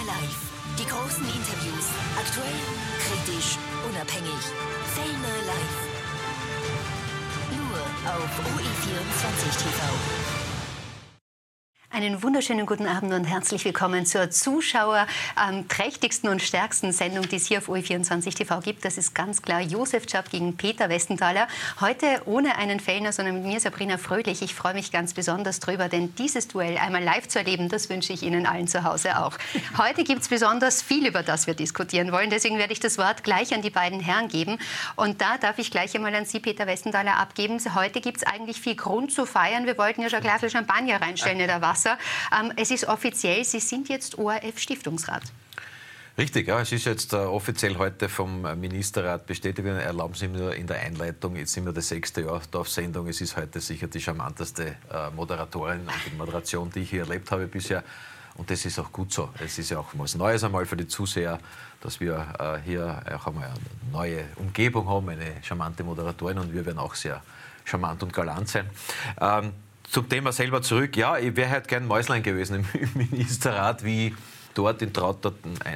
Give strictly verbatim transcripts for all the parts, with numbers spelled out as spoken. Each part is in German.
Live. Die großen Interviews. Aktuell, kritisch, unabhängig. Fellner Live. Nur auf O E vierundzwanzig T V. Einen wunderschönen guten Abend und herzlich willkommen zur zuschauerträchtigsten und stärksten Sendung, die es hier auf O E vierundzwanzig T V gibt. Das ist ganz klar Josef Czap gegen Peter Westenthaler. Heute ohne einen Fellner, sondern mit mir Sabrina Fröhlich. Ich freue mich ganz besonders drüber, denn dieses Duell einmal live zu erleben, das wünsche ich Ihnen allen zu Hause auch. Heute gibt es besonders viel, über das wir diskutieren wollen. Deswegen werde ich das Wort gleich an die beiden Herren geben. Und da darf ich gleich einmal an Sie, Peter Westenthaler, abgeben. Heute gibt es eigentlich viel Grund zu feiern. Wir wollten ja schon gleich viel Champagner reinstellen in der Wasser. Ähm, es ist offiziell, Sie sind jetzt O R F-Stiftungsrat. Richtig, ja, es ist jetzt äh, offiziell heute vom Ministerrat bestätigt. Erlauben Sie mir nur in der Einleitung, jetzt sind wir das sechste Jahr da auf Sendung. Es ist heute sicher die charmanteste äh, Moderatorin und die Moderation, die ich hier erlebt habe bisher. Und das ist auch gut so. Es ist ja auch was Neues einmal für die Zuseher, dass wir äh, hier auch einmal eine neue Umgebung haben, eine charmante Moderatorin, und wir werden auch sehr charmant und galant sein. Ähm, Zum Thema selber zurück. Ja, ich wäre halt gern Mäuslein gewesen im Ministerrat, wie dort in trauter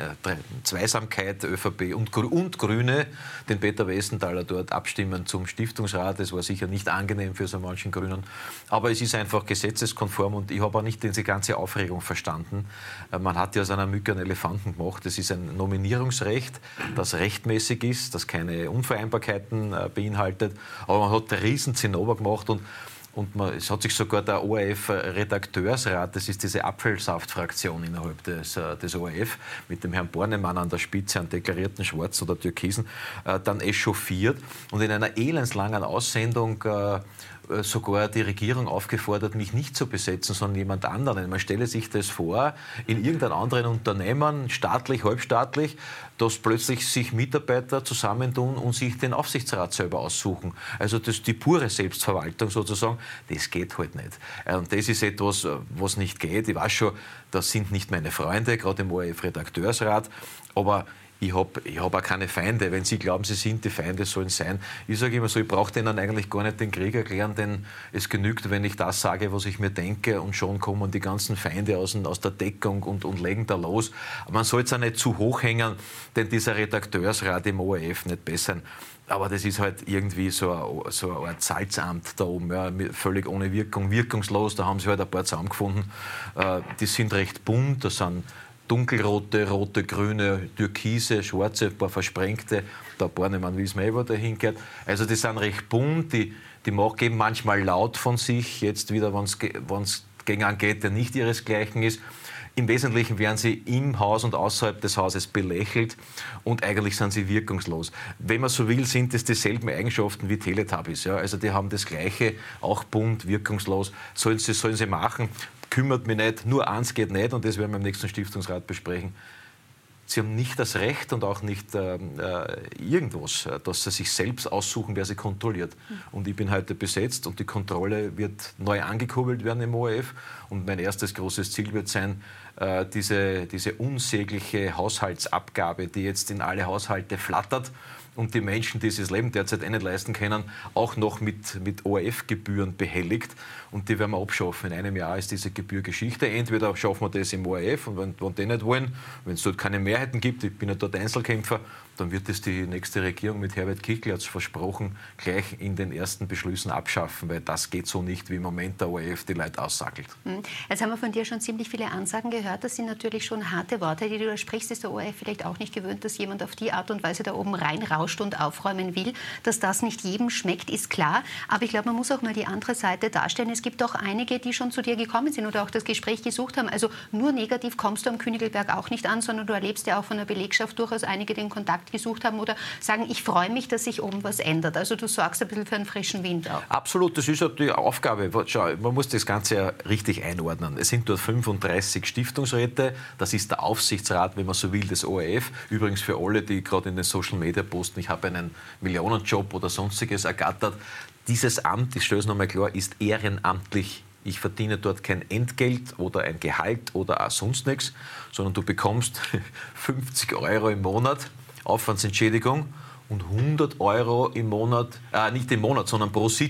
Zweisamkeit ÖVP und, und Grüne den Peter Westenthaler dort abstimmen zum Stiftungsrat. Das war sicher nicht angenehm für so manchen Grünen. Aber es ist einfach gesetzeskonform und ich habe auch nicht diese ganze Aufregung verstanden. Man hat ja aus einer Mücke einen Elefanten gemacht. Es ist ein Nominierungsrecht, das rechtmäßig ist, das keine Unvereinbarkeiten beinhaltet. Aber man hat einen riesen Zinnober gemacht und Und man, es hat sich sogar der O R F-Redakteursrat, das ist diese Apfelsaftfraktion innerhalb des, des O R F, mit dem Herrn Bornemann an der Spitze, einen deklarierten Schwarz- oder Türkisen, äh, dann echauffiert und in einer elendslangen Aussendung äh, sogar die Regierung aufgefordert, mich nicht zu besetzen, sondern jemand anderen. Man stelle sich das vor, in irgendeinem anderen Unternehmen, staatlich, halbstaatlich, dass plötzlich sich Mitarbeiter zusammentun und sich den Aufsichtsrat selber aussuchen. Also das, die pure Selbstverwaltung sozusagen, das geht halt nicht. Und das ist etwas, was nicht geht. Ich weiß schon, das sind nicht meine Freunde, gerade im O R F-Redakteursrat, aber ich habe ich hab auch keine Feinde. Wenn Sie glauben, Sie sind die Feinde, sollen sein. Ich sage immer so, ich brauche denen eigentlich gar nicht den Krieg erklären, denn es genügt, wenn ich das sage, was ich mir denke, und schon kommen die ganzen Feinde aus, aus der Deckung und, und legen da los. Man soll es auch nicht zu hoch hängen, denn dieser Redakteursrat im O R F nicht besser. Aber das ist halt irgendwie so eine, so eine Art Salzamt da oben, ja, völlig ohne Wirkung, wirkungslos. Da haben sie halt ein paar zusammengefunden. Äh, die sind recht bunt, das sind dunkelrote, rote, grüne, türkise, schwarze, ein paar versprengte. Der Bornemann wissen wir eh, wo der hingehört. Also die sind recht bunt, die, die geben manchmal laut von sich, jetzt wieder, wenn es gegen einen geht, der nicht ihresgleichen ist. Im Wesentlichen werden sie im Haus und außerhalb des Hauses belächelt und eigentlich sind sie wirkungslos. Wenn man so will, sind es dieselben Eigenschaften wie Teletubbies. Ja? Also die haben das Gleiche, auch bunt, wirkungslos. Sollen sie, sollen sie machen, kümmert mich nicht. Nur eins geht nicht und das werden wir im nächsten Stiftungsrat besprechen. Sie haben nicht das Recht und auch nicht äh, irgendwas, dass sie sich selbst aussuchen, wer sie kontrolliert. Und ich bin heute besetzt und die Kontrolle wird neu angekurbelt werden im O R F. Und mein erstes großes Ziel wird sein, äh, diese, diese unsägliche Haushaltsabgabe, die jetzt in alle Haushalte flattert und die Menschen, die sich das Leben derzeit eh nicht leisten können, auch noch mit, mit O R F-Gebühren behelligt. Und die werden wir abschaffen. In einem Jahr ist diese Gebühr Geschichte. Entweder schaffen wir das im O R F und wenn, wenn die nicht wollen, wenn es dort keine Mehrheiten gibt, ich bin ja dort Einzelkämpfer, dann wird es die nächste Regierung mit Herbert Kickl, hat es versprochen, gleich in den ersten Beschlüssen abschaffen, weil das geht so nicht, wie im Moment der O R F die Leute aussackelt. Jetzt haben wir von dir schon ziemlich viele Ansagen gehört. Das sind natürlich schon harte Worte, die du da sprichst. Ist der O R F vielleicht auch nicht gewöhnt, dass jemand auf die Art und Weise da oben reinrauscht und aufräumen will? Dass das nicht jedem schmeckt, ist klar. Aber ich glaube, man muss auch mal die andere Seite darstellen. Es gibt auch einige, die schon zu dir gekommen sind oder auch das Gespräch gesucht haben. Also nur negativ kommst du am Königelberg auch nicht an, sondern du erlebst ja auch von der Belegschaft durchaus einige, die den Kontakt gesucht haben oder sagen, ich freue mich, dass sich oben was ändert. Also du sorgst ein bisschen für einen frischen Wind auch. Absolut, das ist ja die Aufgabe. Schau, man muss das Ganze ja richtig einordnen. Es sind dort fünfunddreißig Stiftungsräte, das ist der Aufsichtsrat, wenn man so will, des O R F. Übrigens für alle, die gerade in den Social Media posten, ich habe einen Millionenjob oder sonstiges ergattert. Dieses Amt, ich stelle es nochmal klar, ist ehrenamtlich. Ich verdiene dort kein Entgelt oder ein Gehalt oder auch sonst nichts, sondern du bekommst fünfzig Euro im Monat Aufwandsentschädigung und hundert Euro im Monat, äh, nicht im Monat, sondern pro Sitzung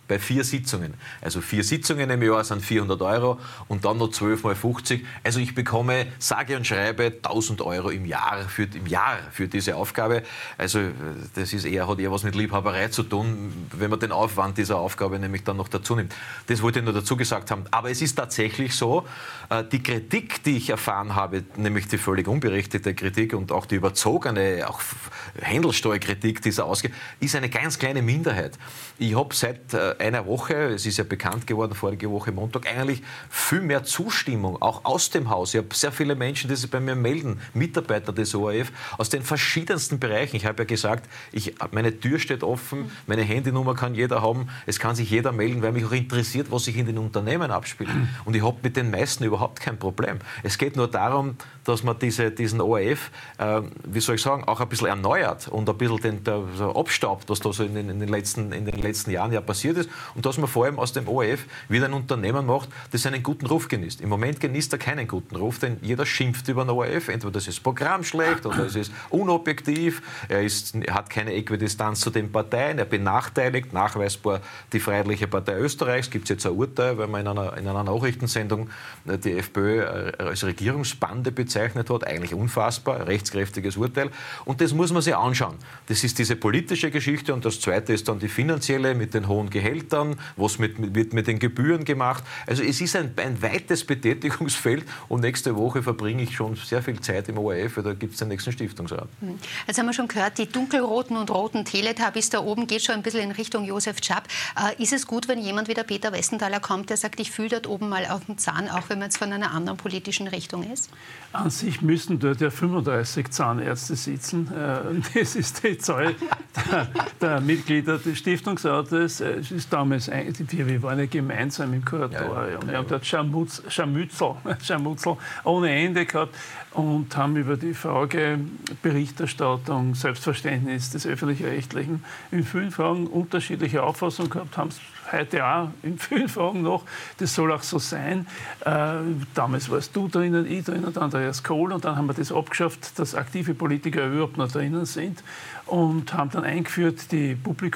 bei vier Sitzungen. Also vier Sitzungen im Jahr sind vierhundert Euro und dann noch zwölf mal fünfzig. Also ich bekomme, sage und schreibe, tausend Euro im Jahr für, im Jahr für diese Aufgabe. Also das ist eher, hat eher was mit Liebhaberei zu tun, wenn man den Aufwand dieser Aufgabe nämlich dann noch dazu nimmt. Das wollte ich nur dazu gesagt haben. Aber es ist tatsächlich so, die Kritik, die ich erfahren habe, nämlich die völlig unberechtigte Kritik und auch die überzogene, auch Händelsteuerkritik dieser Ausgabe, ist eine ganz kleine Minderheit. Ich habe seit einer Woche, es ist ja bekannt geworden, vorige Woche Montag, eigentlich viel mehr Zustimmung, auch aus dem Haus. Ich habe sehr viele Menschen, die sich bei mir melden, Mitarbeiter des O R F, aus den verschiedensten Bereichen. Ich habe ja gesagt, ich, meine Tür steht offen, meine Handynummer kann jeder haben, es kann sich jeder melden, weil mich auch interessiert, was sich in den Unternehmen abspielt. Und ich habe mit den meisten überhaupt kein Problem. Es geht nur darum, dass man diese, diesen O R F, äh, wie soll ich sagen, auch ein bisschen erneuert und ein bisschen den, der, so abstaubt, was da so in den, in, den letzten, in den letzten Jahren ja passiert ist. Und dass man vor allem aus dem O R F wieder ein Unternehmen macht, das einen guten Ruf genießt. Im Moment genießt er keinen guten Ruf, denn jeder schimpft über den O R F. Entweder das ist das Programm schlecht oder es ist unobjektiv, er, ist, er hat keine Äquidistanz zu den Parteien, er benachteiligt nachweisbar die Freiheitliche Partei Österreichs. Gibt es jetzt ein Urteil, weil man in einer, in einer Nachrichtensendung die FPÖ als Regierungsbande bezeichnet hat. Eigentlich unfassbar, rechtskräftiges Urteil. Und das muss man sich anschauen. Das ist diese politische Geschichte und das Zweite ist dann die finanzielle mit den hohen Gehältern, was mit, mit, mit den Gebühren gemacht. Also es ist ein, ein weites Betätigungsfeld und nächste Woche verbringe ich schon sehr viel Zeit im O R F, da gibt es den nächsten Stiftungsrat. Jetzt haben wir schon gehört, die dunkelroten und roten Teletubbies da oben geht schon ein bisschen in Richtung Josef Schaap. Äh, ist es gut, wenn jemand wie der Peter Westenthaler kommt, der sagt, ich fühle dort oben mal auf den Zahn, auch wenn man jetzt von einer anderen politischen Richtung ist? An sich müssen dort ja fünfunddreißig Zahnärzte sitzen. Das ist die Zahl der, der Mitglieder des Stiftungsrates. Es ist damals, wir waren ja gemeinsam im Kuratorium. Ja, wir haben dort Scharmutz, Scharmützel, Scharmutzel ohne Ende gehabt und haben über die Frage Berichterstattung, Selbstverständnis des Öffentlich-Rechtlichen in vielen Fragen unterschiedliche Auffassungen gehabt, haben es heute auch in vielen Fragen noch. Das soll auch so sein. Äh, damals warst du drinnen, ich drinnen, der Andreas Kohl und dann haben wir das abgeschafft, dass aktive Politiker überhaupt noch drinnen sind und haben dann eingeführt die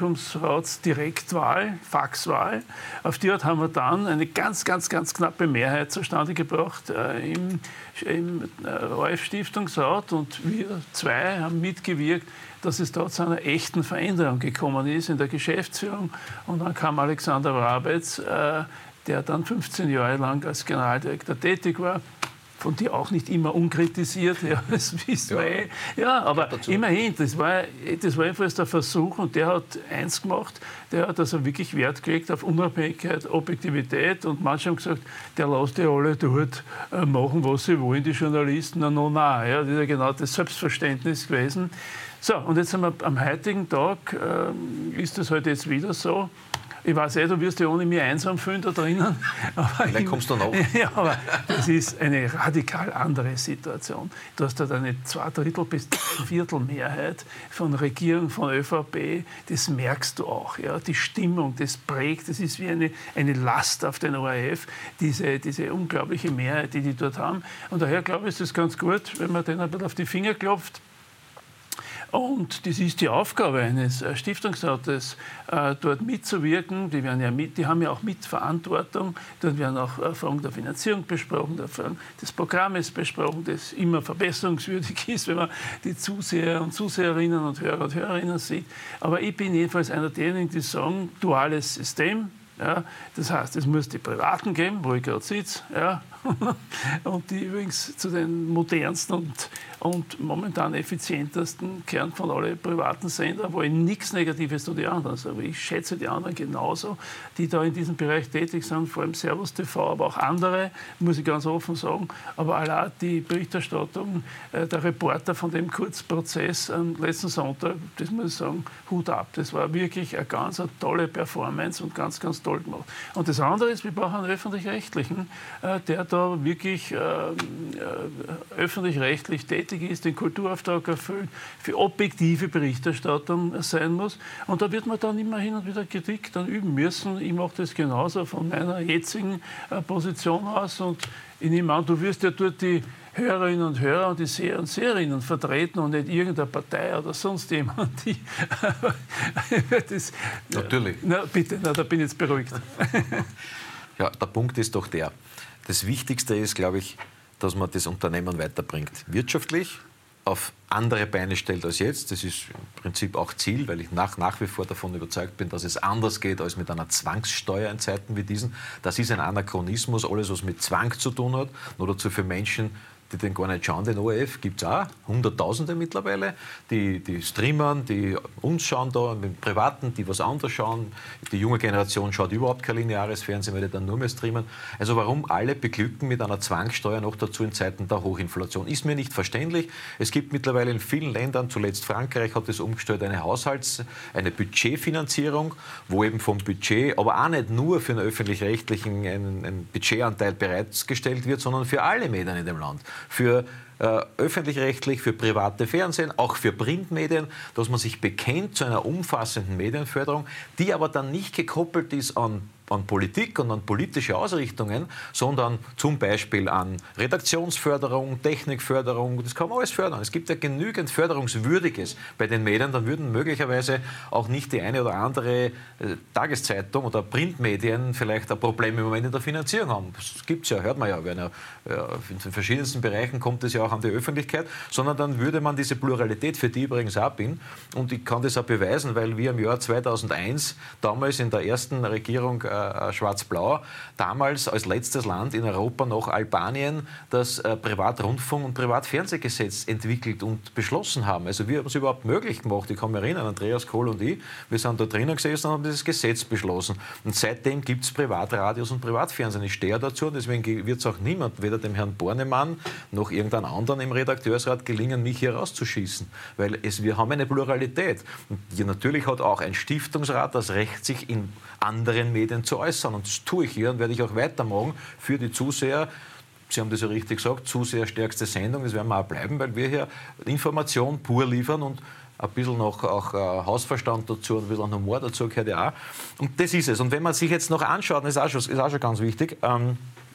Publikumsratsdirektwahl, Faxwahl. Auf die Art haben wir dann eine ganz, ganz, ganz knappe Mehrheit zustande gebracht äh, im, im äh, O R F-Stiftungsrat und wir zwei haben mitgewirkt, dass es dort zu einer echten Veränderung gekommen ist in der Geschäftsführung. Und dann kam Alexander Wrabetz, äh, der dann fünfzehn Jahre lang als Generaldirektor tätig war, von dir auch nicht immer unkritisiert, ja, das wissen wir eh. Ja, aber immerhin, das war, das war jedenfalls der Versuch und der hat eins gemacht, der hat also wirklich Wert gelegt auf Unabhängigkeit, Objektivität und manche haben gesagt, der lässt die alle dort äh, machen, was sie wollen, die Journalisten, na, no, na, ja, das ist ja genau das Selbstverständnis gewesen. So, und jetzt haben wir am heutigen Tag, äh, ist das heute jetzt wieder so, ich weiß eh, du wirst dich ohne mich einsam fühlen da drinnen. Aber vielleicht kommst du noch. Ja, aber das ist eine radikal andere Situation. Du hast dort eine Zweidrittel- bis Viertelmehrheit von Regierung, von ÖVP. Das merkst du auch. Ja? Die Stimmung, das prägt. Das ist wie eine, eine Last auf den O R F, diese, diese unglaubliche Mehrheit, die die dort haben. Und daher glaube ich, ist es ganz gut, wenn man denen ein bisschen auf die Finger klopft. Und das ist die Aufgabe eines Stiftungsrates, äh, dort mitzuwirken. Die, werden ja mit, die haben ja auch Mitverantwortung. Dort werden auch äh, Fragen der Finanzierung besprochen, der Fragen des Programmes besprochen, das immer verbesserungswürdig ist, wenn man die Zuseher und Zuseherinnen und Hörer und Hörerinnen sieht. Aber ich bin jedenfalls einer derjenigen, die sagen, duales System. Ja, das heißt, es muss die Privaten geben, wo ich gerade sitze, ja, und die übrigens zu den modernsten und, und momentan effizientesten gehören von allen privaten Sendern, wo ich nichts Negatives zu den anderen sage. Aber ich schätze die anderen genauso, die da in diesem Bereich tätig sind, vor allem Servus T V, aber auch andere, muss ich ganz offen sagen. Aber allein die Berichterstattung äh, der Reporter von dem Kurzprozess am letzten Sonntag, das muss ich sagen, Hut ab. Das war wirklich eine ganz eine tolle Performance und ganz, ganz toll gemacht. Und das andere ist, wir brauchen einen Öffentlich-Rechtlichen, äh, der da wirklich äh, äh, öffentlich-rechtlich tätig ist, den Kulturauftrag erfüllt, für objektive Berichterstattung sein muss. Und da wird man dann immer hin und wieder Kritik dann üben müssen. Ich mache das genauso von meiner jetzigen äh, Position aus. Und ich nehme an, du wirst ja dort die Hörerinnen und Hörer und die Seher und Seherinnen vertreten und nicht irgendeine Partei oder sonst jemand. Die, das, Natürlich. Na, bitte, na, da bin ich jetzt beruhigt. Ja, der Punkt ist doch der. Das Wichtigste ist, glaube ich, dass man das Unternehmen weiterbringt. Wirtschaftlich, auf andere Beine stellt als jetzt. Das ist im Prinzip auch Ziel, weil ich nach, nach wie vor davon überzeugt bin, dass es anders geht als mit einer Zwangssteuer in Zeiten wie diesen. Das ist ein Anachronismus. Alles, was mit Zwang zu tun hat, nur dazu für Menschen, die den gar nicht schauen, den O R F, gibt es auch Hunderttausende mittlerweile, die, die streamern, die uns schauen da, mit Privaten, die was anderes schauen. Die junge Generation schaut überhaupt kein lineares Fernsehen, weil die dann nur mehr streamen. Also warum alle beglücken mit einer Zwangssteuer noch dazu in Zeiten der Hochinflation? Ist mir nicht verständlich. Es gibt mittlerweile in vielen Ländern, zuletzt Frankreich hat es umgestellt, eine Haushalts-, eine Budgetfinanzierung, wo eben vom Budget, aber auch nicht nur für einen öffentlich-rechtlichen ein, ein Budgetanteil bereitgestellt wird, sondern für alle Medien in dem Land. Für äh, öffentlich-rechtlich, für private Fernsehen, auch für Printmedien, dass man sich bekennt zu einer umfassenden Medienförderung, die aber dann nicht gekoppelt ist an an Politik und an politische Ausrichtungen, sondern zum Beispiel an Redaktionsförderung, Technikförderung, das kann man alles fördern. Es gibt ja genügend Förderungswürdiges bei den Medien, dann würden möglicherweise auch nicht die eine oder andere äh, Tageszeitung oder Printmedien vielleicht ein Problem im Moment in der Finanzierung haben. Das gibt es ja, hört man ja, wenn er, ja, in den verschiedensten Bereichen kommt es ja auch an die Öffentlichkeit, sondern dann würde man diese Pluralität, für die übrigens auch bin, und ich kann das auch beweisen, weil wir im Jahr zweitausendeins, damals in der ersten Regierung äh, Schwarz-Blau, damals als letztes Land in Europa nach Albanien das äh, Privatrundfunk- und Privatfernsehgesetz entwickelt und beschlossen haben. Also wir haben es überhaupt möglich gemacht. Ich kann mich erinnern, Andreas Kohl und ich, wir sind da drinnen gesessen und haben dieses Gesetz beschlossen. Und seitdem gibt es Privatradios und Privatfernsehen. Ich stehe dazu und deswegen wird es auch niemand, weder dem Herrn Bornemann noch irgendeinem anderen im Redakteursrat gelingen, mich hier rauszuschießen. Weil es, wir haben eine Pluralität. Und ja, natürlich hat auch ein Stiftungsrat das Recht, sich in anderen Medien zu äußern. Und das tue ich hier und werde ich auch weitermachen für die Zuseher. Sie haben das ja richtig gesagt, Zuseher stärkste Sendung, das werden wir auch bleiben, weil wir hier Information pur liefern und ein bisschen noch auch, äh, Hausverstand dazu und ein bisschen Humor dazu gehört ja auch. Und das ist es. Und wenn man sich jetzt noch anschaut, das ist auch schon, ist auch schon ganz wichtig, ähm,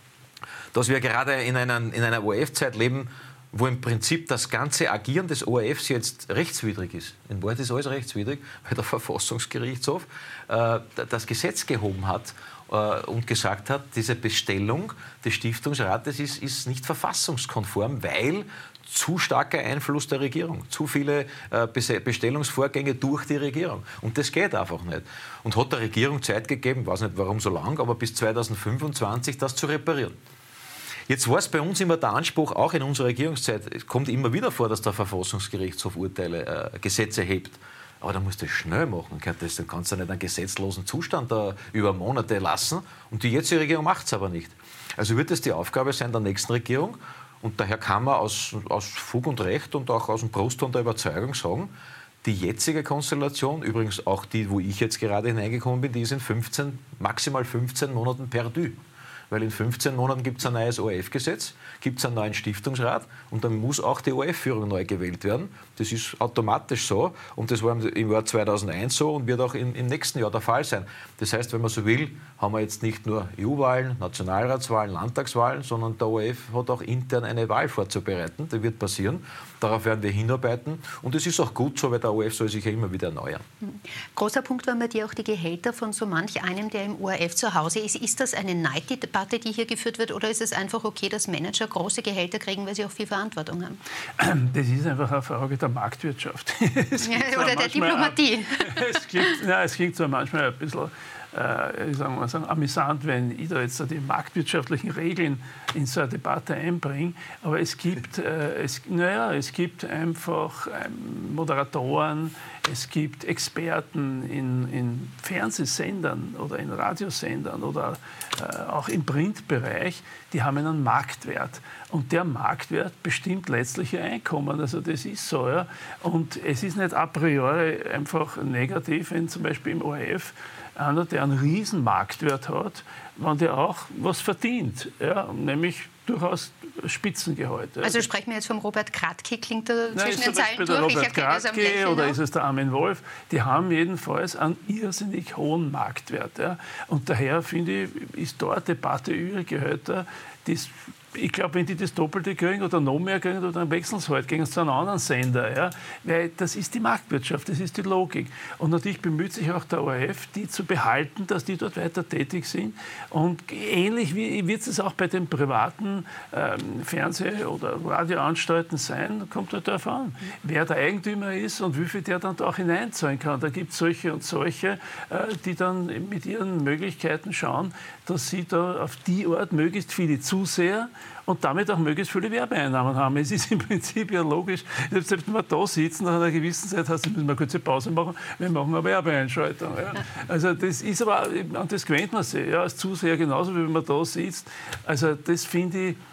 dass wir gerade in, einen, in einer O R F-Zeit leben, wo im Prinzip das ganze Agieren des O R Fs jetzt rechtswidrig ist. In Wahrheit ist alles rechtswidrig, weil der Verfassungsgerichtshof äh, das Gesetz gehoben hat äh, und gesagt hat, diese Bestellung des Stiftungsrates ist, ist nicht verfassungskonform, weil zu starker Einfluss der Regierung, zu viele äh, Bestellungsvorgänge durch die Regierung. Und das geht einfach nicht. Und hat der Regierung Zeit gegeben, ich weiß nicht warum so lang, aber bis zweitausendfünfundzwanzig das zu reparieren. Jetzt war es bei uns immer der Anspruch, auch in unserer Regierungszeit, es kommt immer wieder vor, dass der Verfassungsgerichtshof Urteile, äh, Gesetze hebt. Aber da musst du das schnell machen. Dann kannst du nicht einen gesetzlosen Zustand da über Monate lassen. Und die jetzige Regierung macht es aber nicht. Also wird es die Aufgabe sein der nächsten Regierung. Und daher kann man aus, aus Fug und Recht und auch aus dem Brustton der Überzeugung sagen, die jetzige Konstellation, übrigens auch die, wo ich jetzt gerade hineingekommen bin, die ist in fünfzehn, maximal fünfzehn Monaten perdu. Weil in fünfzehn Monaten gibt es ein neues O R F-Gesetz, gibt es einen neuen Stiftungsrat und dann muss auch die O R F-Führung neu gewählt werden. Das ist automatisch so und das war im Jahr zweitausendeins so und wird auch im, im nächsten Jahr der Fall sein. Das heißt, wenn man so will, haben wir jetzt nicht nur E U-Wahlen, Nationalratswahlen, Landtagswahlen, sondern der O R F hat auch intern eine Wahl vorzubereiten. Das wird passieren. Darauf werden wir hinarbeiten. Und es ist auch gut so, weil der O R F soll sich ja immer wieder erneuern. Großer Punkt waren bei dir auch die Gehälter von so manch einem, der im O R F zu Hause ist. Ist das eine Neiddebatte, die hier geführt wird, oder ist es einfach okay, dass Manager große Gehälter kriegen, weil sie auch viel Verantwortung haben? Das ist einfach eine Frage der Marktwirtschaft. Ja, oder der Diplomatie. Es klingt, na, es klingt zwar manchmal ein bisschen äh, sagen wir sagen, amüsant, wenn ich da jetzt die marktwirtschaftlichen Regeln in so eine Debatte einbringe, aber es gibt, äh, es, naja, es gibt einfach ähm, Moderatoren, es gibt Experten in, in Fernsehsendern oder in Radiosendern oder äh, auch im Printbereich, die haben einen Marktwert. Und der Marktwert bestimmt letztlich ihr Einkommen. Also das ist so. Ja. Und es ist nicht a priori einfach negativ, wenn zum Beispiel im O R F einer, der einen riesen Marktwert hat, wenn der auch was verdient, ja, nämlich durchaus Spitzengehalt. Ja. Also sprechen wir jetzt vom Robert Kratky, klingt da Nein, zwischen den Zeilen durch? Robert Ich erkenne das am Kratky Lächeln oder auch. ist es der Armin Wolf? Die haben jedenfalls einen irrsinnig hohen Marktwert. Ja. Und daher finde ich, ist dort Debatte über Gehälter, das ich glaube, wenn die das Doppelte kriegen oder noch mehr kriegen, oder dann wechseln sie halt, gehen sie zu einem anderen Sender. Ja? Weil das ist die Marktwirtschaft, das ist die Logik. Und natürlich bemüht sich auch der O R F, die zu behalten, dass die dort weiter tätig sind. Und ähnlich wie wird es auch bei den privaten ähm, Fernseh- oder Radioanstalten sein, kommt halt darauf an, wer der Eigentümer ist und wie viel der dann da auch hineinzahlen kann. Da gibt es solche und solche, äh, die dann mit ihren Möglichkeiten schauen, dass sie da auf die Art möglichst viele Zuseher und damit auch möglichst viele Werbeeinnahmen haben. Es ist im Prinzip ja logisch, selbst wenn wir da sitzen, nach einer gewissen Zeit heißt es, müssen wir eine kurze Pause machen, wir machen eine Werbeeinschaltung. Ja. Also das ist aber, und das gewöhnt man sich, ja, als Zuseher genauso, wie wenn man da sitzt. Also das finde ich,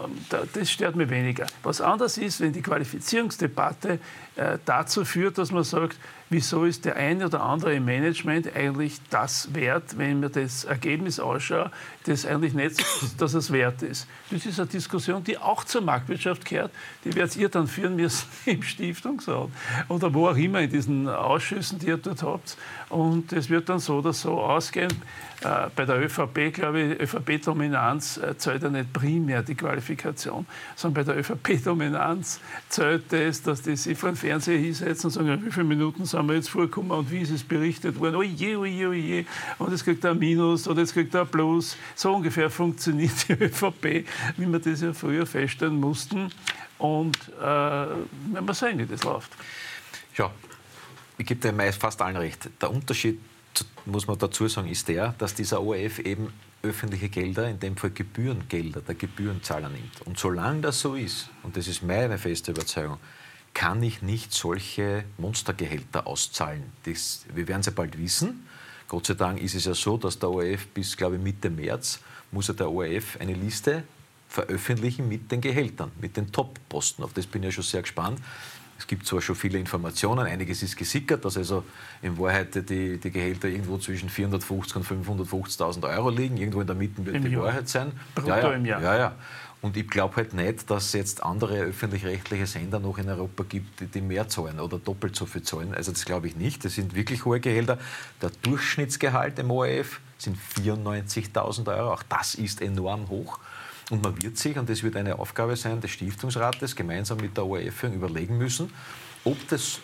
das stört mich weniger. Was anders ist, wenn die Qualifizierungsdebatte äh, dazu führt, dass man sagt, wieso ist der eine oder andere im Management eigentlich das wert, wenn man das Ergebnis ausschaut, das eigentlich nicht so ist, dass es wert ist. Das ist eine Diskussion, die auch zur Marktwirtschaft gehört. Die werdet ihr dann führen müssen im Stiftungsrat oder wo auch immer in diesen Ausschüssen, die ihr dort habt. Und das wird dann so oder so ausgehen. Äh, bei der ÖVP, glaube ich, ÖVP-Dominanz äh, zählt ja nicht primär die Qualifikation, sondern bei der ÖVP-Dominanz zählt es, dass die sich vor den Fernseher hinsetzen und sagen, wie viele Minuten sind wir jetzt vorgekommen und wie ist es berichtet worden, oje, oje, oje, und jetzt kriegt er ein Minus oder jetzt kriegt er ein Plus. So ungefähr funktioniert die ÖVP, wie wir das ja früher feststellen mussten. Und äh, wenn wir sehen, wie das läuft. Ja, ich gebe dir meist fast allen recht. Der Unterschied, muss man dazu sagen, ist der, dass dieser O R F eben öffentliche Gelder, in dem Fall Gebührengelder, der Gebührenzahler nimmt. Und solange das so ist, und das ist meine feste Überzeugung, kann ich nicht solche Monstergehälter auszahlen. Das, wir werden es ja bald wissen. Gott sei Dank ist es ja so, dass der O R F bis, glaube ich, Mitte März muss ja der O R F eine Liste veröffentlichen mit den Gehältern, mit den Top-Posten. Auf das bin ich ja schon sehr gespannt. Es gibt zwar schon viele Informationen, einiges ist gesickert, dass also in Wahrheit die, die Gehälter irgendwo zwischen vierhundertfünfzig und fünfhundertfünfzigtausend Euro liegen. Irgendwo in der Mitte wird Im die Jahr. Wahrheit sein. Brutto ja, ja, im Jahr. Ja, ja. Und ich glaube halt nicht, dass es jetzt andere öffentlich-rechtliche Sender noch in Europa gibt, die, die mehr zahlen oder doppelt so viel zahlen. Also das glaube ich nicht. Das sind wirklich hohe Gehälter. Der Durchschnittsgehalt im O R F sind vierundneunzigtausend Euro. Auch das ist enorm hoch. Und man wird sich, und das wird eine Aufgabe sein des Stiftungsrates, gemeinsam mit der O R F überlegen müssen, ob das,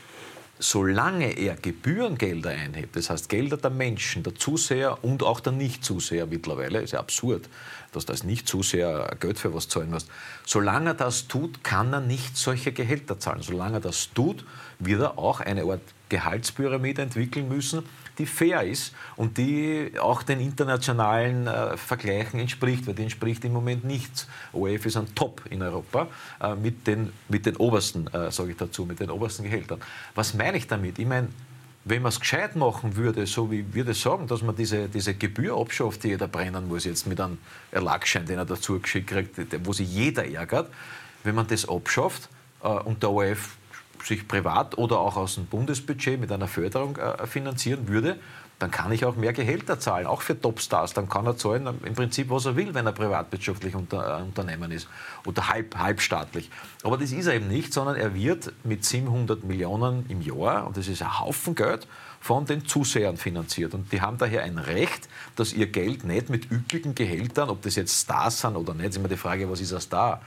solange er Gebührengelder einhebt, das heißt Gelder der Menschen, der Zuseher und auch der Nicht-Zuseher mittlerweile, ist ja absurd, dass das Nicht-Zuseher Geld für was zahlen muss, solange er das tut, kann er nicht solche Gehälter zahlen. Solange er das tut, wird er auch eine Art Gehaltspyramide entwickeln müssen, die fair ist und die auch den internationalen äh, Vergleichen entspricht, weil die entspricht im Moment nichts. O R F ist ein Top in Europa äh, mit, den, mit den obersten, äh, sage ich dazu, mit den obersten Gehältern. Was meine ich damit? Ich meine, wenn man es gescheit machen würde, so wie wir das sagen, dass man diese, diese Gebühr abschafft, die jeder brennen muss, jetzt mit einem Erlagsschein, den er dazu geschickt kriegt, wo sich jeder ärgert, wenn man das abschafft äh, und der O R F sich privat oder auch aus dem Bundesbudget mit einer Förderung äh, finanzieren würde, dann kann ich auch mehr Gehälter zahlen, auch für Topstars. Dann kann er zahlen im Prinzip, was er will, wenn er privatwirtschaftlich unter, äh, Unternehmen ist oder halb, halbstaatlich. Aber das ist er eben nicht, sondern er wird mit siebenhundert Millionen im Jahr, und das ist ein Haufen Geld, von den Zusehern finanziert. Und die haben daher ein Recht, dass ihr Geld nicht mit üppigen Gehältern, ob das jetzt Stars sind oder nicht, ist immer die Frage, was ist ein Star?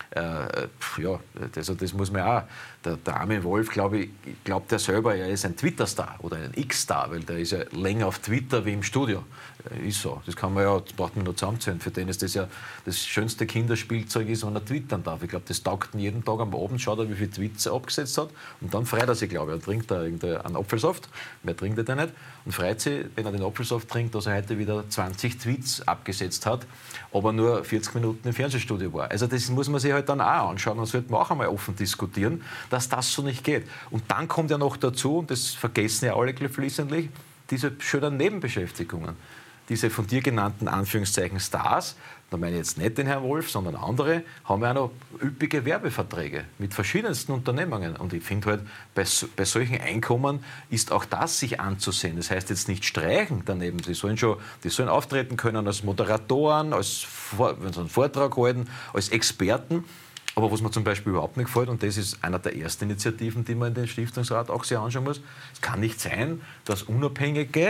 Äh, ja, also das muss man auch. Der, der Armin Wolf, glaube ich, glaubt er selber, er ist ein Twitter-Star oder ein X-Star, weil der ist ja länger auf Twitter wie im Studio. Ist so. Das kann man ja, das braucht man nur zusammenzählen. Für den ist das ja das schönste Kinderspielzeug ist, wenn er twittern darf. Ich glaube, das taugt ihn jeden Tag am Abend, schaut er, wie viele Tweets er abgesetzt hat und dann freut er sich, glaube ich. Er trinkt da einen Apfelsaft, mehr trinkt er nicht und freut sich, wenn er den Apfelsaft trinkt, dass er heute wieder zwanzig Tweets abgesetzt hat, aber nur vierzig Minuten im Fernsehstudio war. Also das muss man sich halt dann auch anschauen und sollte man auch einmal offen diskutieren, dass das so nicht geht. Und dann kommt ja noch dazu, und das vergessen ja alle geflissentlich, diese schönen Nebenbeschäftigungen. Diese von dir genannten Anführungszeichen Stars, da meine ich jetzt nicht den Herrn Wolf, sondern andere, haben ja auch noch üppige Werbeverträge mit verschiedensten Unternehmungen. Und ich finde halt, bei, bei solchen Einkommen ist auch das sich anzusehen. Das heißt jetzt nicht streichen daneben. Die sollen schon, die sollen auftreten können als Moderatoren, als, wenn sie einen Vortrag halten, als Experten. Aber was mir zum Beispiel überhaupt nicht gefällt, und das ist einer der ersten Initiativen, die man in den Stiftungsrat auch sich anschauen muss, es kann nicht sein, dass Unabhängige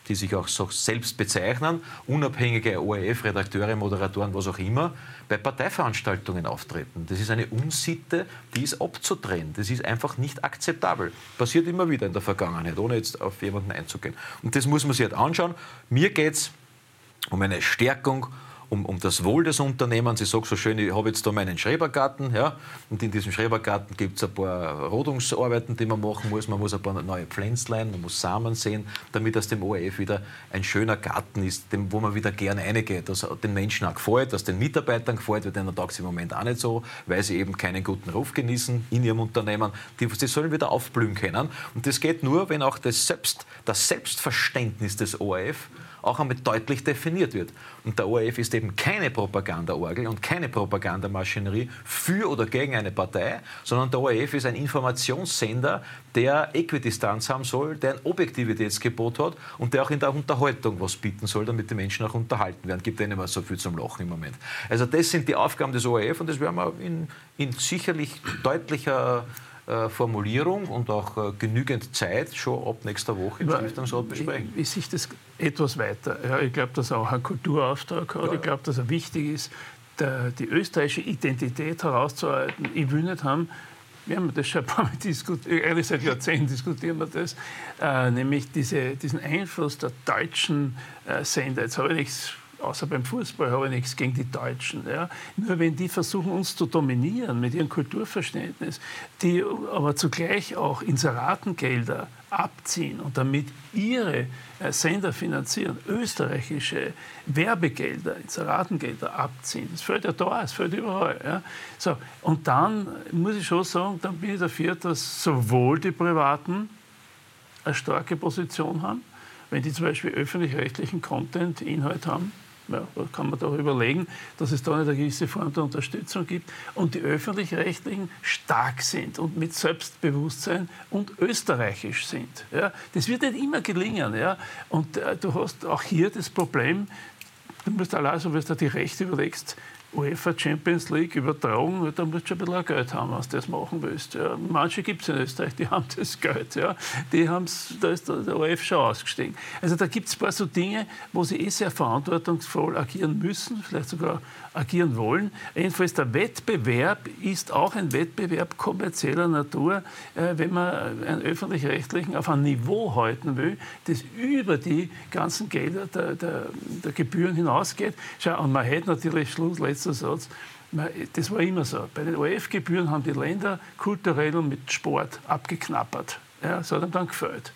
die sich auch so selbst bezeichnen, unabhängige O R F-Redakteure, Moderatoren, was auch immer, bei Parteiveranstaltungen auftreten. Das ist eine Unsitte, die ist abzudrehen. Das ist einfach nicht akzeptabel. Passiert immer wieder in der Vergangenheit, ohne jetzt auf jemanden einzugehen. Und das muss man sich halt anschauen. Mir geht es um eine Stärkung, Um, um das Wohl des Unternehmens. Ich sage so schön, ich habe jetzt da meinen Schrebergarten, ja, und in diesem Schrebergarten gibt es ein paar Rodungsarbeiten, die man machen muss. Man muss ein paar neue Pflänzlein, man muss Samen sehen, damit aus dem O R F wieder ein schöner Garten ist, dem, wo man wieder gerne reingeht, dass den Menschen auch gefällt, dass den Mitarbeitern gefällt, weil denen taugt es im Moment auch nicht so, weil sie eben keinen guten Ruf genießen in ihrem Unternehmen. Die, die sollen wieder aufblühen können. Und das geht nur, wenn auch das, Selbst, das Selbstverständnis des O R F auch einmal deutlich definiert wird. Und der O R F ist eben keine Propagandaorgel und keine Propagandamaschinerie für oder gegen eine Partei, sondern der O R F ist ein Informationssender, der Äquidistanz haben soll, der ein Objektivitätsgebot hat und der auch in der Unterhaltung was bieten soll, damit die Menschen auch unterhalten werden. Es gibt ja nicht mehr so viel zum Lachen im Moment. Also das sind die Aufgaben des O R F und das werden wir in, in sicherlich deutlicher Formulierung und auch äh, genügend Zeit schon ab nächster Woche im Stiftungsrat besprechen. Ich, ich sehe das etwas weiter. Ja, ich glaube, dass er auch einen Kulturauftrag hat. Ja. Ich glaube, dass er wichtig ist, der, die österreichische Identität herauszuarbeiten. Ich will nicht haben, wir haben das schon ein paar Mal diskutiert, ehrlich seit Jahrzehnten diskutieren wir das, äh, nämlich diese, diesen Einfluss der deutschen äh, Sender. Jetzt habe ich nichts, außer beim Fußball habe ich nichts gegen die Deutschen. Ja. Nur wenn die versuchen, uns zu dominieren mit ihrem Kulturverständnis, die aber zugleich auch Inseratengelder abziehen und damit ihre äh, Sender finanzieren, österreichische Werbegelder, Inseratengelder abziehen. Das fällt ja da, es fällt überall. Ja. So, und dann muss ich schon sagen, dann bin ich dafür, dass sowohl die Privaten eine starke Position haben, wenn die zum Beispiel öffentlich-rechtlichen Content, Inhalt haben, ja, kann man doch überlegen, dass es da eine gewisse Form der Unterstützung gibt und die Öffentlich-Rechtlichen stark sind und mit Selbstbewusstsein und österreichisch sind. Ja. Das wird nicht immer gelingen. Ja. Und äh, du hast auch hier das Problem, du musst allein, so wenn du die Rechte überlegst, UEFA Champions League übertragen, da musst du schon ein bisschen Geld haben, wenn du das machen willst. Ja, manche gibt es in Österreich, die haben das Geld. Ja. Die haben's, da ist der, der O R F schon ausgestiegen. Also da gibt es ein paar so Dinge, wo sie eh sehr verantwortungsvoll agieren müssen, vielleicht sogar agieren wollen. Jedenfalls der Wettbewerb ist auch ein Wettbewerb kommerzieller Natur, äh, wenn man einen Öffentlich-Rechtlichen auf ein Niveau halten will, das über die ganzen Gelder der, der, der Gebühren hinausgeht. Schau, und man hätte natürlich Schluss, letzter Satz, das war immer so. Bei den O R F-Gebühren haben die Länder kulturell und mit Sport abgeknappert. Ja, das hat ihnen dann gefällt.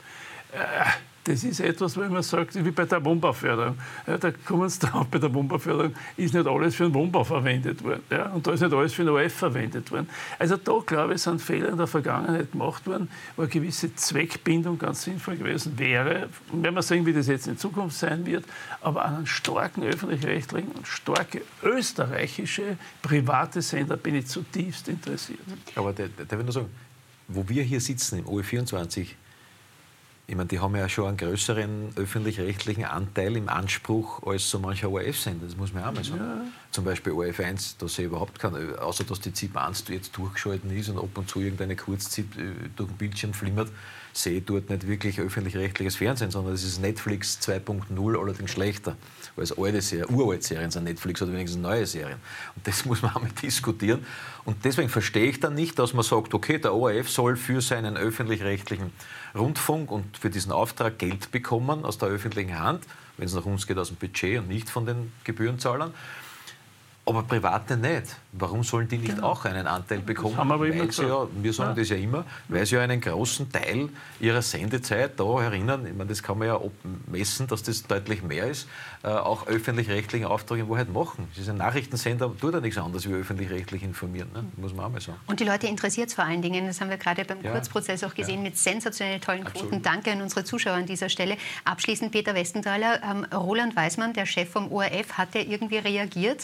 Das ist etwas, wo man sagt, wie bei der Wohnbauförderung. Ja, da kommen Sie drauf, bei der Wohnbauförderung ist nicht alles für den Wohnbau verwendet worden. Ja, und da ist nicht alles für den O R F verwendet worden. Also da, glaube ich, sind Fehler in der Vergangenheit gemacht worden, wo eine gewisse Zweckbindung ganz sinnvoll gewesen wäre. Und wenn wir sehen, wie das jetzt in Zukunft sein wird, aber an einen starken öffentlich-rechtlichen und starke österreichische private Sender bin ich zutiefst interessiert. Aber darf ich nur sagen, wo wir hier sitzen im O Ö vierundzwanzig, ich meine, die haben ja schon einen größeren öffentlich-rechtlichen Anteil im Anspruch als so mancher O R F-Sender, das muss man auch mal sagen. Ja. Zum Beispiel O R F eins, da sehe ich überhaupt keinen, außer dass die Z I P eins jetzt durchgeschalten ist und ab und zu irgendeine Kurz-Z I P durch den Bildschirm flimmert, sehe ich dort nicht wirklich öffentlich-rechtliches Fernsehen, sondern das ist Netflix zwei punkt null, allerdings schlechter. Weil es alte Serien, uralte Serien sind, Netflix hat wenigstens neue Serien. Und das muss man auch mal diskutieren. Und deswegen verstehe ich dann nicht, dass man sagt, okay, der O R F soll für seinen öffentlich-rechtlichen Rundfunk und für diesen Auftrag Geld bekommen aus der öffentlichen Hand, wenn es nach uns geht, aus dem Budget und nicht von den Gebührenzahlern. Aber Private nicht. Warum sollen die nicht genau. auch einen Anteil bekommen? Das haben wir aber immer sie ja, wir sagen ja. das ja immer, weil sie ja einen großen Teil ihrer Sendezeit da erinnern, ich meine, das kann man ja messen, dass das deutlich mehr ist, äh, auch öffentlich-rechtlichen Auftrag in Wahrheit machen. Das ist ein Nachrichtensender, tut ja nichts anderes wie öffentlich-rechtlich informieren, ne? Muss man auch mal sagen. Und die Leute interessiert es vor allen Dingen, das haben wir gerade beim ja. Kurzprozess auch gesehen, ja. mit sensationell tollen Quoten. Absolut. Danke an unsere Zuschauer an dieser Stelle. Abschließend Peter Westenthaler, ähm, Roland Weismann, der Chef vom O R F, hat der irgendwie reagiert?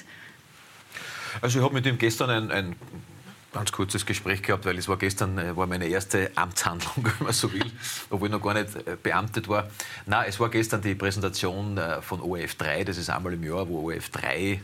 Also ich habe mit ihm gestern ein, ein ganz kurzes Gespräch gehabt, weil es war gestern war meine erste Amtshandlung, wenn man so will, obwohl ich noch gar nicht beamtet war. Nein, es war gestern die Präsentation von O R F drei, das ist einmal im Jahr, wo O R F drei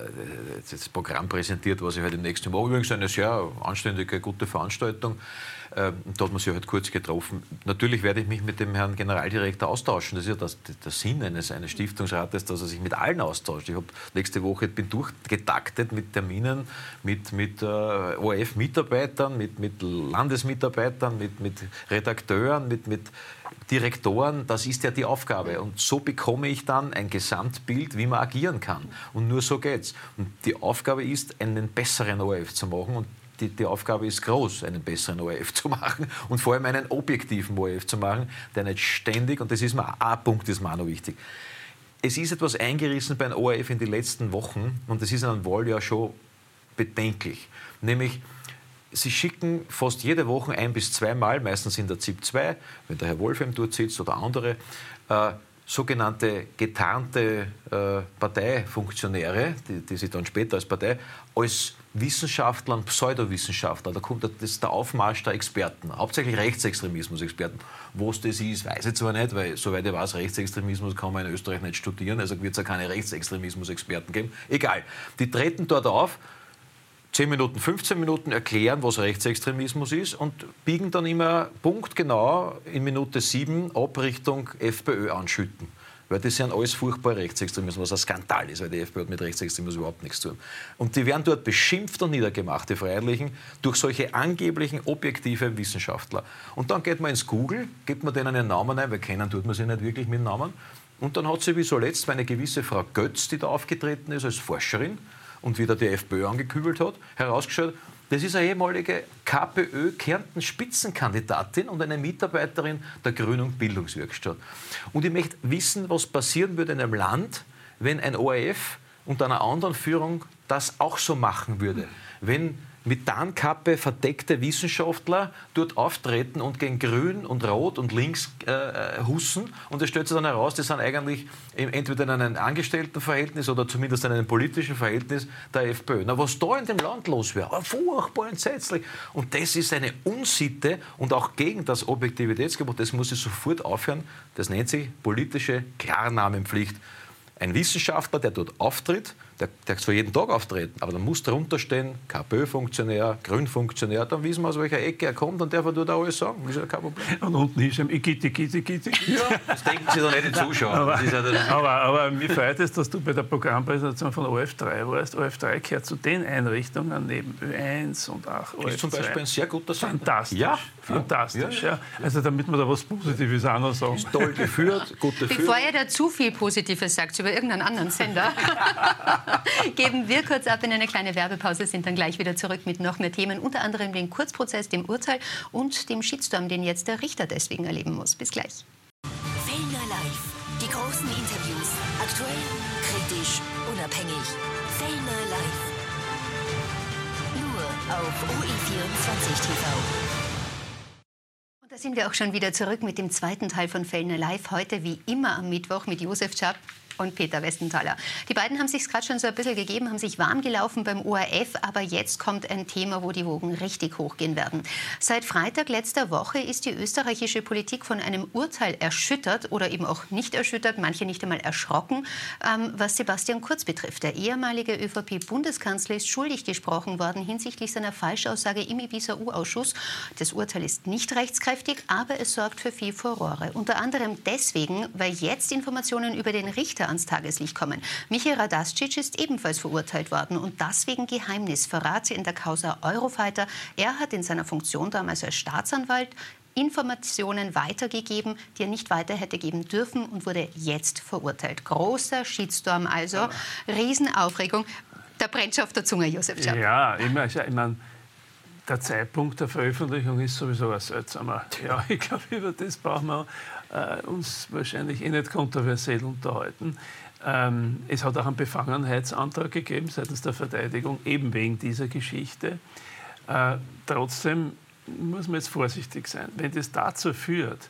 das Programm präsentiert, was ich heute im nächsten Jahr mache. Übrigens eine sehr anständige, gute Veranstaltung. Da hat man sich halt kurz getroffen. Natürlich werde ich mich mit dem Herrn Generaldirektor austauschen. Das ist ja das, der Sinn eines, eines Stiftungsrates, dass er sich mit allen austauscht. Ich habe nächste Woche bin durchgetaktet mit Terminen, mit, mit äh, O R F-Mitarbeitern, mit, mit Landesmitarbeitern, mit, mit Redakteuren, mit, mit Direktoren. Das ist ja die Aufgabe. Und so bekomme ich dann ein Gesamtbild, wie man agieren kann. Und nur so geht's. Und die Aufgabe ist, einen besseren O R F zu machen. Und Die, die Aufgabe ist groß, einen besseren O R F zu machen und vor allem einen objektiven O R F zu machen, der nicht ständig, und das ist mir ein Punkt, ist mir auch noch wichtig. Es ist etwas eingerissen bei einem O R F in den letzten Wochen und das ist in einem Wahljahr schon bedenklich. Nämlich, Sie schicken fast jede Woche ein- bis zweimal, meistens in der Z I P zwei, wenn der Herr Wolfheim dort sitzt oder andere, äh, sogenannte getarnte äh, Parteifunktionäre, die, die sich dann später als Partei, als Wissenschaftler und Pseudowissenschaftler, da kommt das ist der Aufmarsch der Experten, hauptsächlich Rechtsextremismus-Experten. Was das ist, weiß ich zwar nicht, weil soweit ich weiß, Rechtsextremismus kann man in Österreich nicht studieren, also wird es ja keine Rechtsextremismus-Experten geben. Egal, die treten dort auf, zehn Minuten, fünfzehn Minuten erklären, was Rechtsextremismus ist und biegen dann immer punktgenau in Minute sieben ab Richtung FPÖ anschütten. Weil das sind alles furchtbare Rechtsextremismus, was ein Skandal ist, weil die FPÖ hat mit Rechtsextremismus überhaupt nichts zu tun. Und die werden dort beschimpft und niedergemacht, die Freiheitlichen, durch solche angeblichen, objektive Wissenschaftler. Und dann geht man ins Google, gibt man denen einen Namen ein, weil kennen tut man sie nicht wirklich mit Namen. Und dann hat sie wie so letzt eine gewisse Frau Götz, die da aufgetreten ist als Forscherin und wieder die FPÖ angekübelt hat, herausgestellt, das ist eine ehemalige KPÖ-Kärnten-Spitzenkandidatin und eine Mitarbeiterin der Grünen Bildungswerkstatt. Und ich möchte wissen, was passieren würde in einem Land, wenn ein O R F unter einer anderen Führung das auch so machen würde. Wenn mit Tarnkappe verdeckte Wissenschaftler dort auftreten und gegen Grün und Rot und Links äh, hussen. Und es stellt sich dann heraus, die sind eigentlich entweder in einem Angestelltenverhältnis oder zumindest in einem politischen Verhältnis der FPÖ. Na, was da in dem Land los wäre, furchtbar entsetzlich. Und das ist eine Unsitte und auch gegen das Objektivitätsgebot, das muss ich sofort aufhören. Das nennt sich politische Klarnamenpflicht. Ein Wissenschaftler, der dort auftritt, der, der soll jeden Tag auftreten, aber dann muss darunter stehen, KPÖ-Funktionär, Grün-Funktionär, dann wissen wir, aus welcher Ecke er kommt und darf er dort auch alles sagen. Das ist ja kein Problem. Und unten ist ihm Igitt, Igitt, Igitt. Ja, das denken Sie doch nicht, die Zuschauer. Aber, das ist ja das aber, aber mir freut es, dass du bei der Programmpräsentation von O R F drei warst. O R F drei gehört zu den Einrichtungen neben Ö eins und auch O R F zwei. ist zum Beispiel ein sehr guter Sender. Fantastisch, ja, fantastisch. Ja, ja. Also damit wir da was Positives auch noch sagen. Ist toll geführt, gut geführt. Bevor ihr da zu viel Positives sagt über irgendeinen anderen Sender, geben wir kurz ab in eine kleine Werbepause, sind dann gleich wieder zurück mit noch mehr Themen, unter anderem den Kurzprozess, dem Urteil und dem Shitstorm, den jetzt der Richter deswegen erleben muss. Bis gleich. Fellner Live. Die großen Interviews. Aktuell, kritisch, unabhängig. Fellner Live. Nur auf O E vierundzwanzig T V. Und da sind wir auch schon wieder zurück mit dem zweiten Teil von Fellner Live. Heute wie immer am Mittwoch mit Josef Schaap und Peter Westenthaler. Die beiden haben sich gerade schon so ein bisschen gegeben, haben sich warm gelaufen beim O R F, aber jetzt kommt ein Thema, wo die Wogen richtig hochgehen werden. Seit Freitag letzter Woche ist die österreichische Politik von einem Urteil erschüttert oder eben auch nicht erschüttert, manche nicht einmal erschrocken, ähm, was Sebastian Kurz betrifft. Der ehemalige ÖVP-Bundeskanzler ist schuldig gesprochen worden hinsichtlich seiner Falschaussage im Ibiza-U-Ausschuss. Das Urteil ist nicht rechtskräftig, aber es sorgt für viel Furore. Unter anderem deswegen, weil jetzt Informationen über den Richter ans Tageslicht kommen. Michael Radascic ist ebenfalls verurteilt worden und das wegen Geheimnisverrats in der Causa Eurofighter. Er hat in seiner Funktion damals als Staatsanwalt Informationen weitergegeben, die er nicht weiter hätte geben dürfen und wurde jetzt verurteilt. Großer Shitstorm also, Riesenaufregung. Da brennt schon auf der Zunge, Josef Schaap. Ja, ich meine, ich mein, der Zeitpunkt der Veröffentlichung ist sowieso ein seltsamer. Ja, ich glaube, über das brauchen wir äh, uns wahrscheinlich eh nicht kontroversiell unterhalten. Ähm, es hat auch einen Befangenheitsantrag gegeben seitens der Verteidigung, eben wegen dieser Geschichte. Äh, trotzdem muss man jetzt vorsichtig sein. Wenn das dazu führt,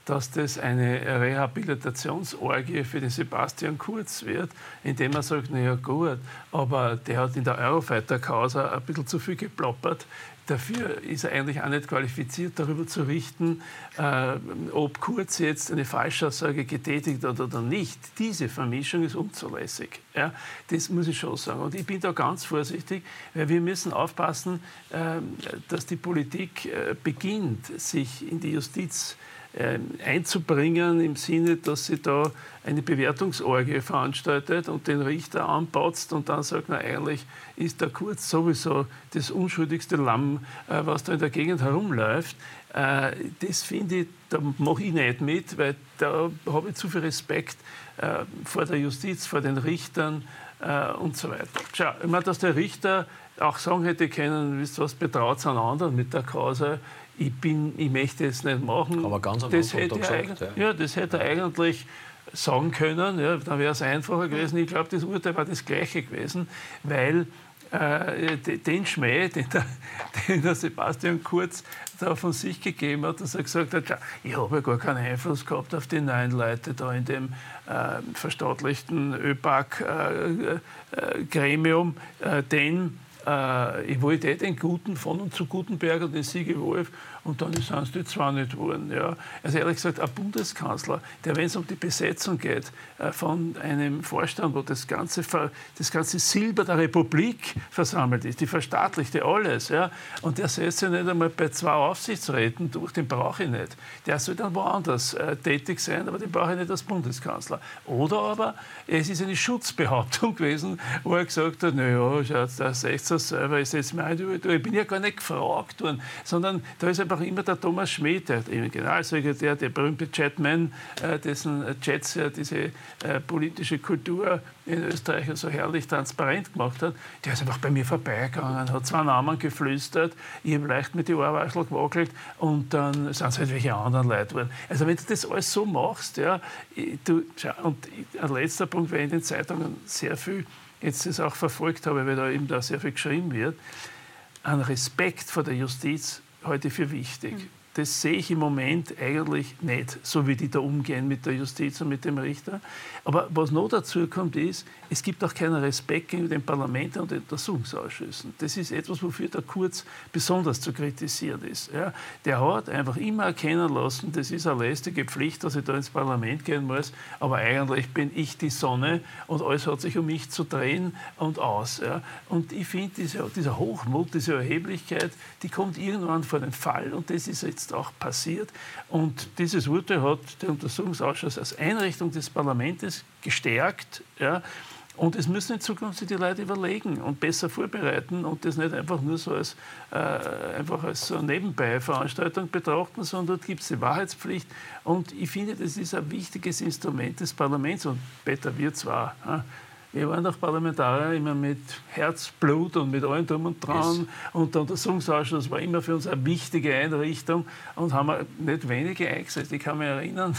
dass das eine Rehabilitationsorgie für den Sebastian Kurz wird, indem er sagt, naja gut, aber der hat in der Eurofighter-Causa ein bisschen zu viel geploppert. Dafür ist er eigentlich auch nicht qualifiziert, darüber zu richten, äh, ob Kurz jetzt eine Falschaussage getätigt hat oder nicht. Diese Vermischung ist unzulässig. Ja, das muss ich schon sagen. Und ich bin da ganz vorsichtig, weil wir müssen aufpassen, äh, dass die Politik äh, beginnt, sich in die Justiz einzubringen, im Sinne, dass sie da eine Bewertungsorgie veranstaltet und den Richter anpatzt und dann sagt, na eigentlich ist der Kurz sowieso das unschuldigste Lamm, was da in der Gegend herumläuft. Das finde ich, da mache ich nicht mit, weil da habe ich zu viel Respekt vor der Justiz, vor den Richtern und so weiter. Schau, ich meine, dass der Richter auch sagen hätte können, wisst ihr was, betraut es einen anderen mit der Causa. Ich, bin, ich möchte es nicht machen. Aber ganz am das Anfang hätte gesagt, ja. ja. ja, das hätte er eigentlich sagen können. Ja, dann wäre es einfacher gewesen. Ich glaube, das Urteil war das Gleiche gewesen, weil äh, den Schmäh, den der, den der Sebastian Kurz da von sich gegeben hat, dass er gesagt hat, ja, ich habe ja gar keinen Einfluss gehabt auf die neuen Leute da in dem äh, verstaatlichten ÖBAG-Gremium, äh, äh, denn Äh, ich wollte eh den Guten von und zu Gutenberg und den Sigi Wolf und dann sind es die zwei nicht geworden. Ja. Also ehrlich gesagt, ein Bundeskanzler, der, wenn es um die Besetzung geht, äh, von einem Vorstand, wo das ganze, das ganze Silber der Republik versammelt ist, die verstaatlichte alles, ja, und der setzt sich nicht einmal bei zwei Aufsichtsräten durch, den brauche ich nicht. Der soll dann woanders äh, tätig sein, aber den brauche ich nicht als Bundeskanzler. Oder aber, es ist eine Schutzbehauptung gewesen, wo er gesagt hat, naja, schaut, da seht ihr selber, ich setze mich ein, ich bin ja gar nicht gefragt worden, sondern da ist einfach immer der Thomas Schmidt, der Generalsekretär, der berühmte Jetman, äh, dessen Jets ja diese äh, politische Kultur in Österreich so herrlich transparent gemacht hat, der ist einfach bei mir vorbeigegangen, hat zwei Namen geflüstert, ich habe leicht mit den Ohrwaschel gewackelt und dann sind es halt welche anderen Leute geworden. Also wenn du das alles so machst, ja, du, und ein letzter Punkt, weil in den Zeitungen sehr viel jetzt das auch verfolgt habe, weil da eben da sehr viel geschrieben wird, ein Respekt vor der Justiz halte ich für wichtig. Mhm. Das sehe ich im Moment eigentlich nicht, so wie die da umgehen mit der Justiz und mit dem Richter. Aber was noch dazu kommt, ist, es gibt auch keinen Respekt gegenüber den Parlamenten und den Untersuchungsausschüssen. Das ist etwas, wofür der Kurz besonders zu kritisieren ist. Ja, der hat einfach immer erkennen lassen, das ist eine lästige Pflicht, dass ich da ins Parlament gehen muss, aber eigentlich bin ich die Sonne und alles hat sich um mich zu drehen und aus. Ja. Und ich finde, diese, dieser Hochmut, diese Erheblichkeit, die kommt irgendwann vor den Fall und das ist jetzt auch passiert. Und dieses Urteil hat der Untersuchungsausschuss als Einrichtung des Parlaments gestärkt. Ja. Und es müssen in Zukunft sich die Leute überlegen und besser vorbereiten und das nicht einfach nur so als, äh, einfach als so eine Nebenbei-Veranstaltung betrachten, sondern dort gibt es die Wahrheitspflicht. Und ich finde, das ist ein wichtiges Instrument des Parlaments. Und Peter, wir zwar, ja, wir waren doch Parlamentarier immer mit Herzblut und mit allem drum und dran. Yes. Und der Untersuchungsausschuss war immer für uns eine wichtige Einrichtung und haben wir nicht wenige eingesetzt. Ich kann mich erinnern,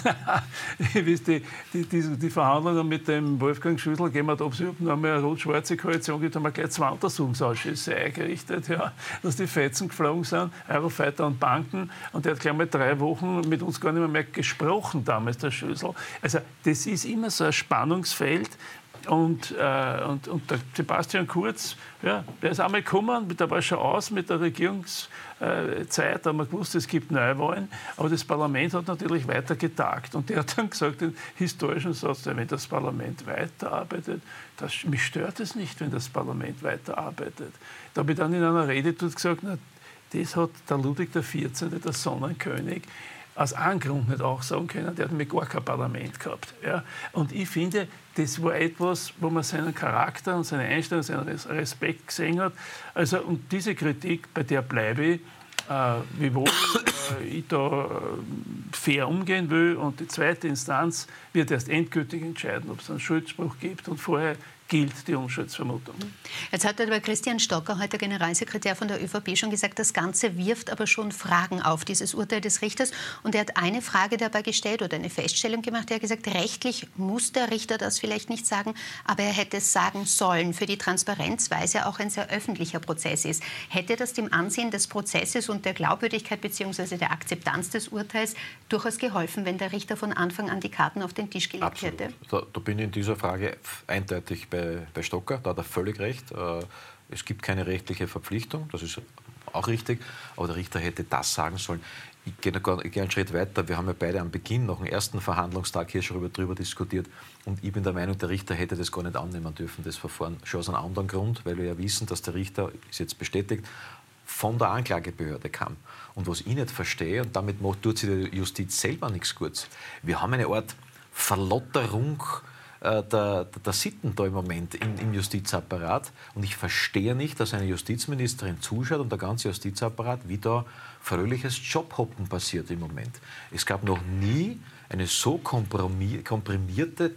wie die, die, die, die Verhandlungen mit dem Wolfgang Schüssel gegeben hat, ob es überhaupt noch einmal eine rot-schwarze Koalition gibt, haben wir gleich zwei Untersuchungsausschüsse eingerichtet, ja, dass die Fetzen geflogen sind, Eurofighter und Banken. Und der hat gleich mal drei Wochen mit uns gar nicht mehr, mehr gesprochen damals, der Schüssel. Also das ist immer so ein Spannungsfeld. Und, äh, und, und der Sebastian Kurz, ja, der ist einmal gekommen, der war schon aus mit der Regierungszeit, da haben wir gewusst, es gibt Neuwahlen, aber das Parlament hat natürlich weiter getagt. Und der hat dann gesagt, den historischen Satz, wenn das Parlament weiterarbeitet, das, mich stört es nicht, wenn das Parlament weiterarbeitet. Da habe ich dann in einer Rede dort gesagt, na, das hat der Ludwig der vierzehnte, der Sonnenkönig, aus einem Grund nicht auch sagen können, der hat mir gar kein Parlament gehabt. Ja. Und ich finde, das war etwas, wo man seinen Charakter und seine Einstellung, seinen Respekt gesehen hat. Also, und diese Kritik, bei der bleibe ich, äh, wiewohl äh, ich da äh, fair umgehen will. Und die zweite Instanz wird erst endgültig entscheiden, ob es einen Schuldspruch gibt. Und vorher gilt die Unschuldsvermutung. Jetzt hat aber Christian Stocker, heute Generalsekretär von der ÖVP, schon gesagt, das Ganze wirft aber schon Fragen auf, dieses Urteil des Richters. Und er hat eine Frage dabei gestellt oder eine Feststellung gemacht. Er hat gesagt, rechtlich muss der Richter das vielleicht nicht sagen, aber er hätte es sagen sollen für die Transparenz, weil es ja auch ein sehr öffentlicher Prozess ist. Hätte das dem Ansehen des Prozesses und der Glaubwürdigkeit bzw. der Akzeptanz des Urteils durchaus geholfen, wenn der Richter von Anfang an die Karten auf den Tisch gelegt Absolut. hätte? Da, da bin ich in dieser Frage eindeutig bei, bei Stocker, da hat er völlig recht. Es gibt keine rechtliche Verpflichtung, das ist auch richtig, aber der Richter hätte das sagen sollen. Ich gehe, ich gehe einen Schritt weiter. Wir haben ja beide am Beginn, nach dem ersten Verhandlungstag hier schon darüber diskutiert. Und ich bin der Meinung, der Richter hätte das gar nicht annehmen dürfen, das Verfahren. Schon aus einem anderen Grund, weil wir ja wissen, dass der Richter, ist jetzt bestätigt, von der Anklagebehörde kam. Und was ich nicht verstehe, und damit macht, tut sich die Justiz selber nichts Gutes. Wir haben eine Art Verlotterung Der, der, der Sitten da im Moment im, im Justizapparat. Und ich verstehe nicht, dass eine Justizministerin zuschaut und der ganze Justizapparat, wie da fröhliches Jobhoppen passiert im Moment. Es gab noch nie eine so komprimierte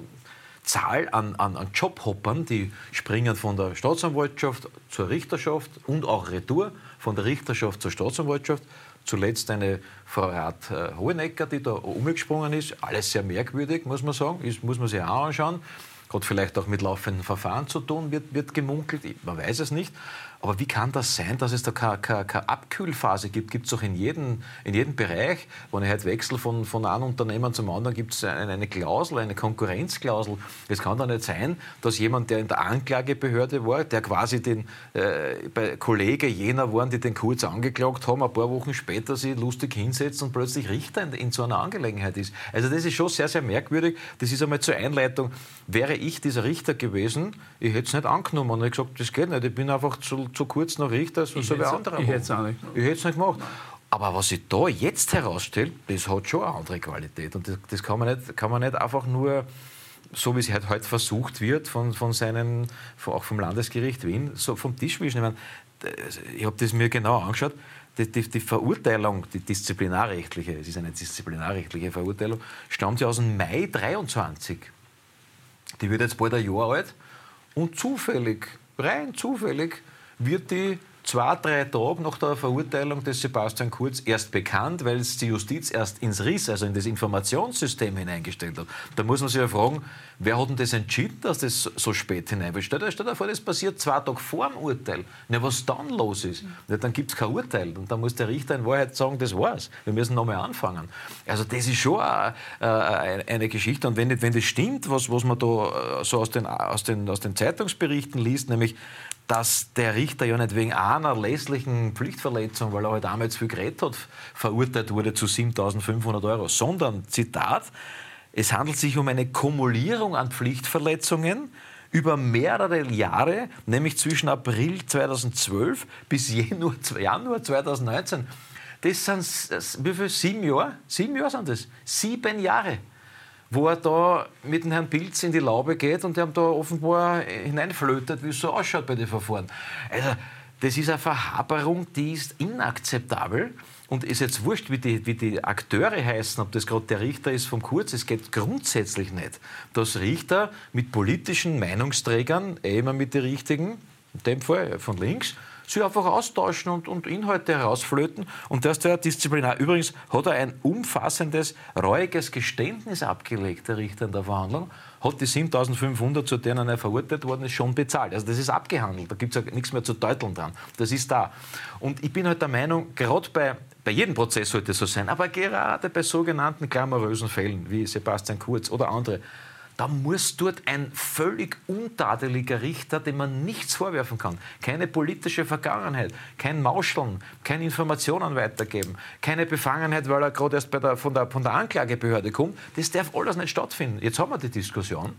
Zahl an, an, an Jobhoppern, die springen von der Staatsanwaltschaft zur Richterschaft und auch retour, von der Richterschaft zur Staatsanwaltschaft. Zuletzt eine Frau Rath-Hohenecker, die da umgesprungen ist. Alles sehr merkwürdig, muss man sagen. Ist, muss man sich auch anschauen. Hat vielleicht auch mit laufenden Verfahren zu tun, wird, wird gemunkelt. Man weiß es nicht. Aber wie kann das sein, dass es da keine, keine, keine Abkühlphase gibt? Gibt es doch in jedem, in jedem Bereich. Wenn ich halt wechsle von, von einem Unternehmen zum anderen, gibt es eine, eine Klausel, eine Konkurrenzklausel. Es kann doch nicht sein, dass jemand, der in der Anklagebehörde war, der quasi den äh, bei Kollege jener waren, die den Kurz angeklagt haben, ein paar Wochen später sie lustig hinsetzt und plötzlich Richter in, in so einer Angelegenheit ist. Also das ist schon sehr, sehr merkwürdig. Das ist einmal zur Einleitung. Wäre ich dieser Richter gewesen, ich hätte es nicht angenommen und hätte gesagt, das geht nicht. Ich bin einfach zu, zu kurz noch Richter, so, so wie andere. Ich hätte es auch nicht gemacht. Ich hätte es nicht gemacht. Aber was sich da jetzt herausstellt, das hat schon eine andere Qualität. Und das, das kann, man nicht, kann man nicht einfach nur, so wie es halt heute versucht wird, von, von seinen, von, auch vom Landesgericht Wien, so vom Tisch wischen. Ich, meine, ich habe das mir genau angeschaut. Die, die, die Verurteilung, die disziplinarrechtliche, es ist eine disziplinarrechtliche Verurteilung, stammt ja aus dem Mai dreiundzwanzig. Die wird jetzt bald ein Jahr alt und zufällig, rein zufällig, wird die zwei, drei Tage nach der Verurteilung des Sebastian Kurz erst bekannt, weil es die Justiz erst ins R I S, also in das Informationssystem hineingestellt hat. Da muss man sich ja fragen, wer hat denn das entschieden, dass das so spät hineingestellt wird? Stell dir vor, das passiert zwei Tage vor dem Urteil. Na, was dann los ist, ja, dann gibt es kein Urteil. Und dann muss der Richter in Wahrheit sagen, das war's. Wir müssen nochmal anfangen. Also das ist schon eine, eine Geschichte. Und wenn, nicht, wenn das stimmt, was, was man da so aus den, aus, den, aus den Zeitungsberichten liest, nämlich dass der Richter ja nicht wegen einer lässlichen Pflichtverletzung, weil er halt einmal zu viel geredet hat, verurteilt wurde zu siebentausendfünfhundert Euro, sondern, Zitat, es handelt sich um eine Kumulierung an Pflichtverletzungen über mehrere Jahre, nämlich zwischen April zweitausendzwölf bis Januar, Januar zweitausendneunzehn. Das sind, wie viel, sieben Jahre? Sieben Jahre sind das. Sieben Jahre. Wo er da mit dem Herrn Pilz in die Laube geht und der ihm da offenbar hineinflötet, wie es so ausschaut bei den Verfahren. Also, das ist eine Verhaberung, die ist inakzeptabel. Und ist jetzt wurscht, wie die, wie die Akteure heißen, ob das gerade der Richter ist vom Kurz. Es geht grundsätzlich nicht, dass Richter mit politischen Meinungsträgern, eh immer mit den richtigen, in dem Fall von links, sich einfach austauschen und, und Inhalte herausflöten. Und dass der Disziplinar, übrigens hat er ein umfassendes, reuiges Geständnis abgelegt, der Richter in der Verhandlung, hat die siebentausendfünfhundert, zu denen er verurteilt worden ist, schon bezahlt. Also das ist abgehandelt, da gibt es ja nichts mehr zu deuteln dran. Das ist da. Und ich bin halt der Meinung, gerade bei, bei jedem Prozess sollte es so sein, aber gerade bei sogenannten glamourösen Fällen, wie Sebastian Kurz oder andere, da muss dort ein völlig untadeliger Richter, dem man nichts vorwerfen kann, keine politische Vergangenheit, kein Mauscheln, keine Informationen weitergeben, keine Befangenheit, weil er gerade erst bei der, von, der, von der Anklagebehörde kommt, das darf alles nicht stattfinden. Jetzt haben wir die Diskussion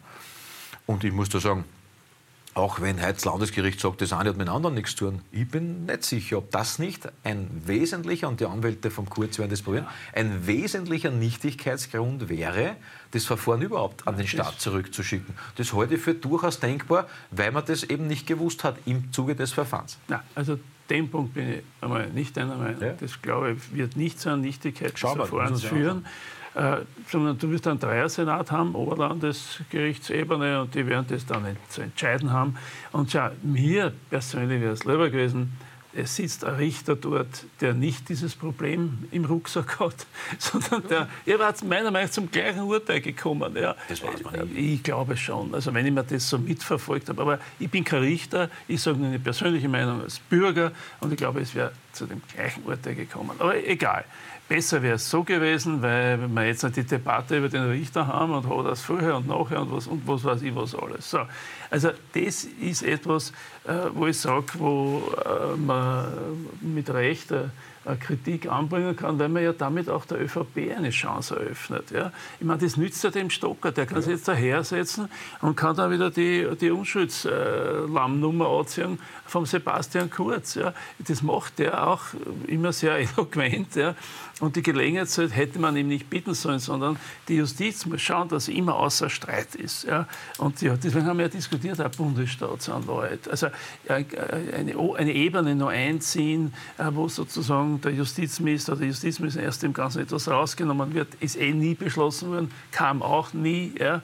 und ich muss da sagen, auch wenn heute das Landesgericht sagt, das eine hat mit dem anderen nichts zu tun, ich bin nicht sicher, ob das nicht ein wesentlicher, und die Anwälte vom Kurz werden das probieren, ein wesentlicher Nichtigkeitsgrund wäre, das Verfahren überhaupt an den Staat zurückzuschicken. Das halte ich für durchaus denkbar, weil man das eben nicht gewusst hat im Zuge des Verfahrens. Ja, also den Punkt bin ich einmal nicht einer Meinung. Ja. Das, glaube ich, wird nicht zu einem Nichtigkeitsverfahren führen. äh, sondern du wirst einen Dreier-Senat haben, Oberlandesgerichtsebene, und die werden das dann zu entscheiden haben. Und schau, mir persönlich wäre es lieber gewesen, es sitzt ein Richter dort, der nicht dieses Problem im Rucksack hat, sondern der, ihr wart meiner Meinung nach zum gleichen Urteil gekommen. Ja. Das weiß man nicht. Ich glaube schon, also wenn ich mir das so mitverfolgt habe. Aber ich bin kein Richter, ich sage nur eine persönliche Meinung als Bürger, und ich glaube, es wäre zu dem gleichen Urteil gekommen. Aber egal. Besser wäre es so gewesen, weil wir jetzt noch die Debatte über den Richter haben und hat das vorher und nachher und was, und was weiß ich was alles. So. Also das ist etwas, wo ich sage, wo man mit Recht eine Kritik anbringen kann, weil man ja damit auch der ÖVP eine Chance eröffnet. Ja. Ich meine, das nützt ja dem Stocker, der kann sich jetzt dahersetzen und kann dann wieder die, die Unschuldslammnummer anziehen vom Sebastian Kurz. Ja. Das macht der auch immer sehr eloquent. Ja. Und die Gelegenheit hätte man ihm nicht bieten sollen, sondern die Justiz muss schauen, dass sie immer außer Streit ist. Ja. Und ja, deswegen haben wir ja diskutiert, auch Bundesstaatsanwalt. Also eine, eine Ebene noch einziehen, wo sozusagen der Justizminister oder die Justizminister erst dem Ganzen etwas rausgenommen wird, ist eh nie beschlossen worden, kam auch nie. Ja.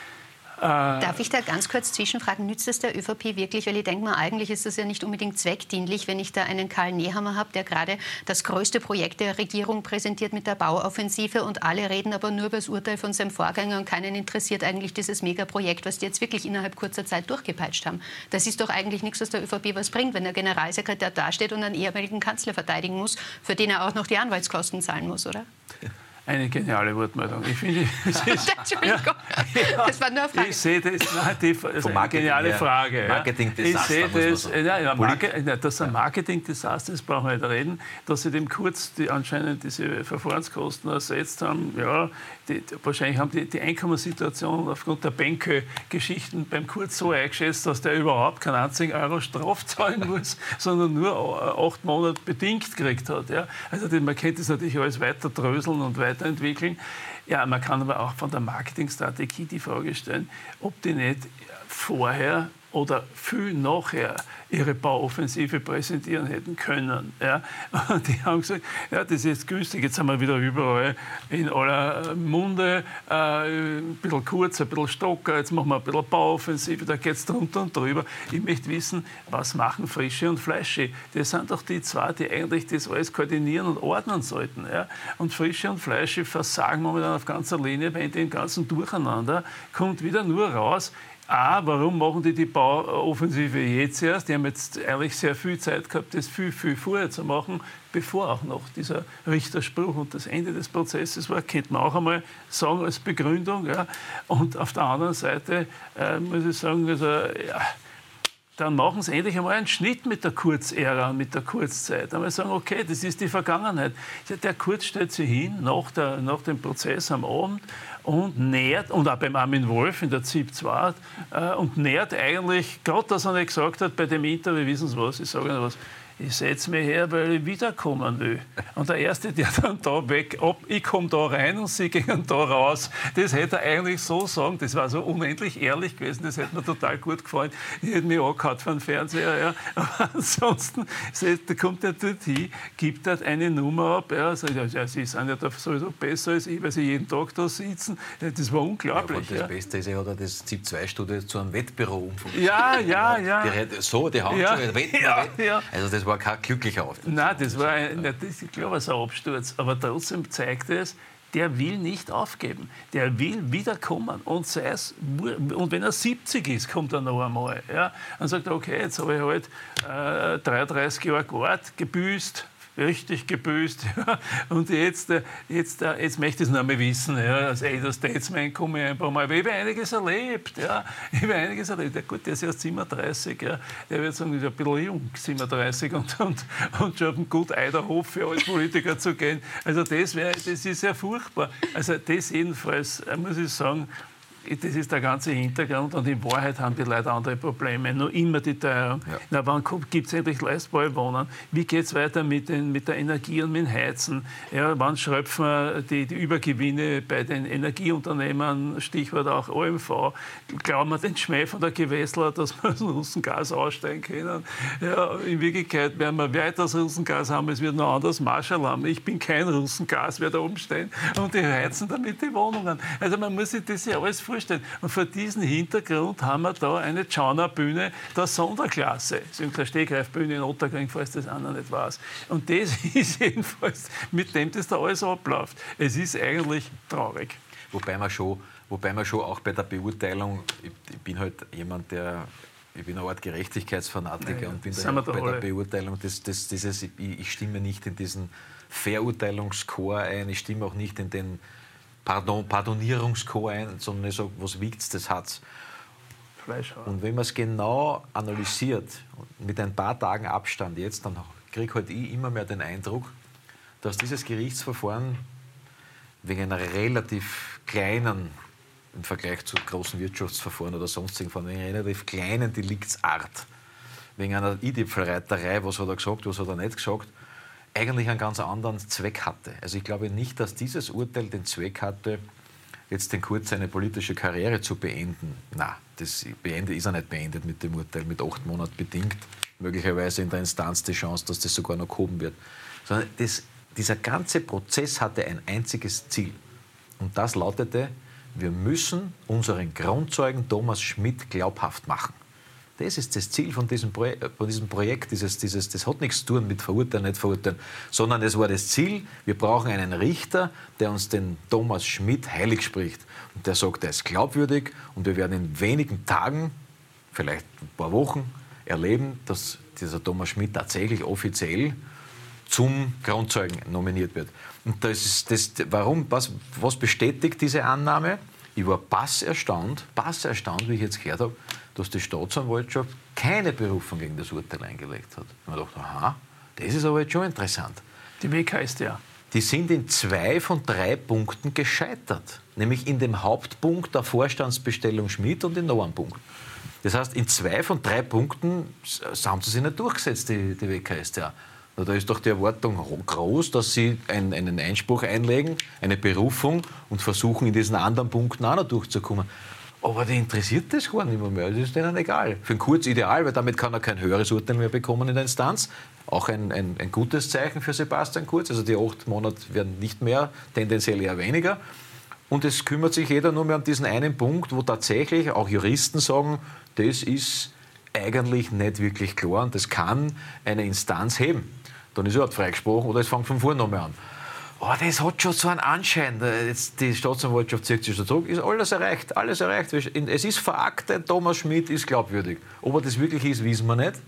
Darf ich da ganz kurz zwischenfragen, nützt es der ÖVP wirklich? Weil ich denke mal, eigentlich ist das ja nicht unbedingt zweckdienlich, wenn ich da einen Karl Nehammer habe, der gerade das größte Projekt der Regierung präsentiert mit der Bauoffensive, und alle reden aber nur über das Urteil von seinem Vorgänger und keinen interessiert eigentlich dieses Megaprojekt, was die jetzt wirklich innerhalb kurzer Zeit durchgepeitscht haben. Das ist doch eigentlich nichts, was der ÖVP was bringt, wenn der Generalsekretär dasteht und einen ehemaligen Kanzler verteidigen muss, für den er auch noch die Anwaltskosten zahlen muss, oder? Eine geniale Wortmeldung. Ich finde, es ist, Entschuldigung, ja, das war nur eine Frage. Ich sehe das, nein, die, das ist eine geniale Frage. Marketing-Desaster, ich sehe das, ja, ja, Marke, das ist ein Marketing-Desaster, das brauchen wir nicht reden, dass sie dem Kurz die anscheinend diese Verfahrenskosten ersetzt haben. Ja, die, wahrscheinlich haben die, die Einkommenssituation aufgrund der Bänke-Geschichten beim Kurz so eingeschätzt, dass der überhaupt keinen einzigen Euro Straf zahlen muss, sondern nur acht Monate bedingt gekriegt hat. Ja. Also man könnte das natürlich alles weiter dröseln und weiter entwickeln. Ja, man kann aber auch von der Marketingstrategie die Frage stellen, ob die nicht vorher oder viel nachher ihre Bauoffensive präsentieren hätten können. Ja. Und die haben gesagt, ja, das ist jetzt günstig, jetzt sind wir wieder überall in aller Munde, äh, ein bisschen kurz, ein bisschen Stocker, jetzt machen wir ein bisschen Bauoffensive, da geht es drunter und drüber. Ich möchte wissen, was machen Frische und Fleische? Das sind doch die zwei, die eigentlich das alles koordinieren und ordnen sollten. Ja. Und Frische und Fleische versagen momentan auf ganzer Linie, bei dem ganzen Durcheinander kommt wieder nur raus, A, warum machen die die Bauoffensive jetzt erst? Die haben jetzt eigentlich sehr viel Zeit gehabt, das viel, viel vorher zu machen, bevor auch noch dieser Richterspruch und das Ende des Prozesses war, könnte man auch einmal sagen als Begründung. Ja. Und auf der anderen Seite äh, muss ich sagen, also, ja, dann machen sie endlich einmal einen Schnitt mit der Kurzära und mit der Kurzzeit. Einmal sagen, okay, das ist die Vergangenheit. Der Kurz stellt sich hin nach, der, nach dem Prozess am Abend und nährt, und auch beim Armin Wolf in der Z I P zwei, äh, und nährt eigentlich, gerade dass er nicht gesagt hat, bei dem Interview, wissen Sie was, ich sage Ihnen was, ich setze mich her, weil ich wiederkommen will. Und der Erste, der dann da weg, ab, ich komme da rein und Sie gehen da raus, das hätte er eigentlich so sagen, das war so unendlich ehrlich gewesen, das hätte mir total gut gefallen. Ich hätte mich angehört für den Fernseher. Ja. Aber ansonsten, da kommt er dort hin, gibt dort eine Nummer ab, ja, sagt, ja, Sie sind ja da sowieso besser als ich, weil Sie jeden Tag da sitzen. Das war unglaublich. Ja, das ja. Beste ist, er hat das Z I P zwei Studio zu einem Wettbüro umfunktioniert. Ja, ja, ja. Die, so, die haben ja. schon Wetten, ja, Wetten. Ja. Also das war kein glücklicher Auftritt. Nein, das war ein, das ist klar, was ein Absturz. Aber trotzdem zeigt es, der will nicht aufgeben. Der will wiederkommen. Und, sei es, und wenn er siebzig ist, kommt er noch einmal. Ja? Dann sagt er, okay, jetzt habe ich halt äh, dreiunddreißig Jahre gewartet, gebüßt, richtig gebüßt. Ja. Und jetzt, jetzt, jetzt möchte ich es noch einmal wissen. Ja. Als Elder Statesman komme ich ein paar Mal. Aber ich habe einiges erlebt. Ja. Ich habe einiges erlebt. Ja, gut, der ist erst siebenunddreißig. Ja. Der wird sagen, ich bin ein bisschen jung, siebenunddreißig, und, und, und schon auf einen gut Eiderhof für als Politiker zu gehen. Also das, wär, das ist ja furchtbar. Also das jedenfalls, muss ich sagen, das ist der ganze Hintergrund und in Wahrheit haben die Leute andere Probleme. Nur immer die Teuerung. Ja. Na, wann gibt es endlich leistbare Wohnen? Wie geht es weiter mit, den, mit der Energie und mit dem Heizen? Ja, wann schröpfen wir die, die Übergewinne bei den Energieunternehmen, Stichwort auch O M V? Glauben wir den Schmäh von der Gewessler, dass wir das Russengas aussteigen können? Ja, in Wirklichkeit werden wir weiteres Russengas haben, es wird noch anders Marschallamm. Ich bin kein Russengas, wer da oben stehen und die heizen damit die Wohnungen. Also man muss sich das ja alles vorstellen. Und vor diesem Hintergrund haben wir da eine Tschauna-Bühne der Sonderklasse. Das ist eine Stegreifbühne in Otterkring, falls das einer nicht weiß. Und das ist jedenfalls, mit dem das da alles abläuft. Es ist eigentlich traurig. Wobei man schon, wobei man schon auch bei der Beurteilung, ich, ich bin halt jemand, der, ich bin eine Art Gerechtigkeitsfanatiker, ja, und bin da bei alle. der Beurteilung, das, das, dieses, ich, ich stimme nicht in diesen Verurteilungschor ein, ich stimme auch nicht in den Pardon, Pardonierungschor ein, sondern ich sage, was wiegt's, das hat's. Und wenn man es genau analysiert, mit ein paar Tagen Abstand jetzt, dann kriege halt ich immer mehr den Eindruck, dass dieses Gerichtsverfahren wegen einer relativ kleinen, im Vergleich zu großen Wirtschaftsverfahren oder sonstigen Verfahren, wegen einer relativ kleinen Deliktsart, wegen einer I-Dipfelreiterei, was hat er gesagt, was hat er nicht gesagt, eigentlich einen ganz anderen Zweck hatte. Also ich glaube nicht, dass dieses Urteil den Zweck hatte, jetzt den Kurz seine politische Karriere zu beenden. Nein, das beendet, ist er nicht beendet mit dem Urteil, mit acht Monaten bedingt. Möglicherweise in der Instanz die Chance, dass das sogar noch gehoben wird. Sondern das, dieser ganze Prozess hatte ein einziges Ziel. Und das lautete, wir müssen unseren Grundzeugen Thomas Schmidt glaubhaft machen. Das ist das Ziel von diesem, Pro von diesem Projekt. Dieses, dieses, das hat nichts zu tun mit verurteilen, nicht verurteilen, sondern es war das Ziel, wir brauchen einen Richter, der uns den Thomas Schmidt heilig spricht. Und der sagt, er ist glaubwürdig und wir werden in wenigen Tagen, vielleicht ein paar Wochen, erleben, dass dieser Thomas Schmidt tatsächlich offiziell zum Grundzeugen nominiert wird. Und das ist das, warum, was, was bestätigt diese Annahme? Ich war pass erstaunt, pass erstaunt, wie ich jetzt gehört habe, dass die Staatsanwaltschaft keine Berufung gegen das Urteil eingelegt hat. Und ich dachte, aha, das ist aber jetzt schon interessant. Die W K ist ja. Die sind in zwei von drei Punkten gescheitert. Nämlich in dem Hauptpunkt der Vorstandsbestellung Schmidt und in noch einem Punkt. Das heißt, in zwei von drei Punkten haben sie sich nicht durchgesetzt, die, die W K S t A. Da ist doch die Erwartung groß, dass sie ein, einen Einspruch einlegen, eine Berufung und versuchen, in diesen anderen Punkten auch noch durchzukommen. Aber die interessiert das gar nicht mehr. Das ist denen egal. Für einen Kurz ideal, weil damit kann er kein höheres Urteil mehr bekommen in der Instanz. Auch ein, ein, ein gutes Zeichen für Sebastian Kurz. Also die acht Monate werden nicht mehr, tendenziell eher weniger. Und es kümmert sich jeder nur mehr um diesen einen Punkt, wo tatsächlich auch Juristen sagen, das ist eigentlich nicht wirklich klar und das kann eine Instanz heben. Dann ist er halt freigesprochen oder es fängt von vorne nochmal an. Aber das hat schon so einen Anschein. Jetzt die Staatsanwaltschaft zieht sich schon zurück. Ist alles erreicht, alles erreicht. Es ist veraktet, Thomas Schmidt ist glaubwürdig. Ob er das wirklich ist, wissen wir nicht.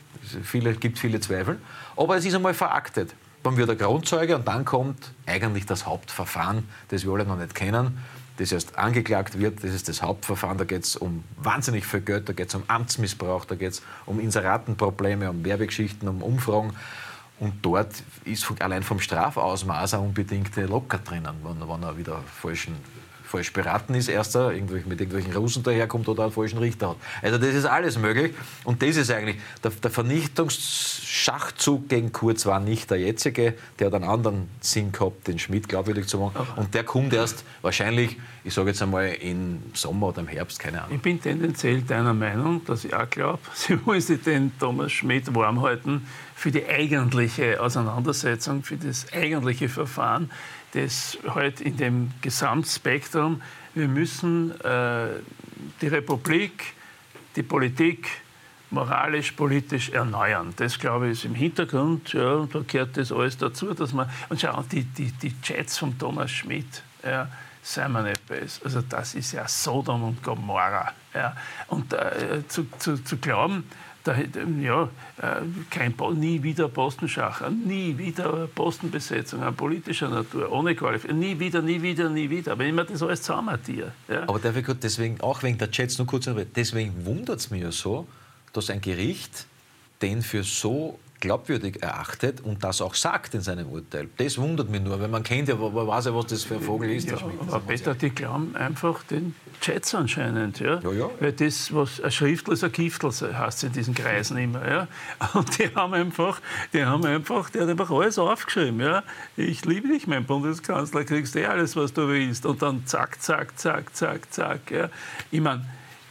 Es gibt viele Zweifel. Aber es ist einmal veraktet. Dann wird er Grundzeuge und dann kommt eigentlich das Hauptverfahren, das wir alle noch nicht kennen, das erst angeklagt wird. Das ist das Hauptverfahren. Da geht es um wahnsinnig viel Geld, da geht es um Amtsmissbrauch, da geht es um Inseratenprobleme, um Werbegeschichten, um Umfragen. Und dort ist allein vom Strafausmaß eine unbedingte Locker drinnen, wenn, wenn er wieder falschen, falsch beraten ist, erst er mit irgendwelchen Russen daherkommt oder einen falschen Richter hat. Also das ist alles möglich. Und das ist eigentlich, der, der Vernichtungsschachzug gegen Kurz war nicht der jetzige, der hat einen anderen Sinn gehabt, den Schmidt glaubwürdig zu machen. Und der kommt erst wahrscheinlich, ich sage jetzt einmal, im Sommer oder im Herbst, keine Ahnung. Ich bin tendenziell deiner Meinung, dass ich auch glaube, sie wollen sich den Thomas Schmidt warm halten für die eigentliche Auseinandersetzung, für das eigentliche Verfahren, das halt in dem Gesamtspektrum, wir müssen äh, die Republik, die Politik moralisch, politisch erneuern. Das, glaube ich, ist im Hintergrund, ja, und da gehört das alles dazu, dass man, und schau, die, die, die Chats von Thomas Schmidt, ja, seien wir nicht besser. Also das ist ja Sodom und Gomorra. Ja. Und äh, zu, zu, zu glauben, da, ja, kein, nie wieder Postenschacher, nie wieder Postenbesetzung an politischer Natur, ohne Qualifikation, nie wieder, nie wieder, nie wieder. Aber immer das alles zusammenaddiert. Ja. Aber darf ich gut, deswegen, auch wegen der Chats, nur kurz, deswegen wundert es mich ja so, dass ein Gericht den für so glaubwürdig erachtet und das auch sagt in seinem Urteil. Das wundert mich nur, weil man kennt ja, man weiß ja, was das für ein Vogel ist. Ja, aber Peter, die glauben einfach den Chats anscheinend. Ja? Ja, ja. Weil das, was ein Schriftl ist, ein Giftel, heißt es in diesen Kreisen immer. Ja? Und die haben einfach, die haben einfach, der hat einfach alles aufgeschrieben. Ja? Ich liebe dich, mein Bundeskanzler, kriegst eh alles, was du willst. Und dann zack, zack, zack, zack, zack. Ja? Ich meine,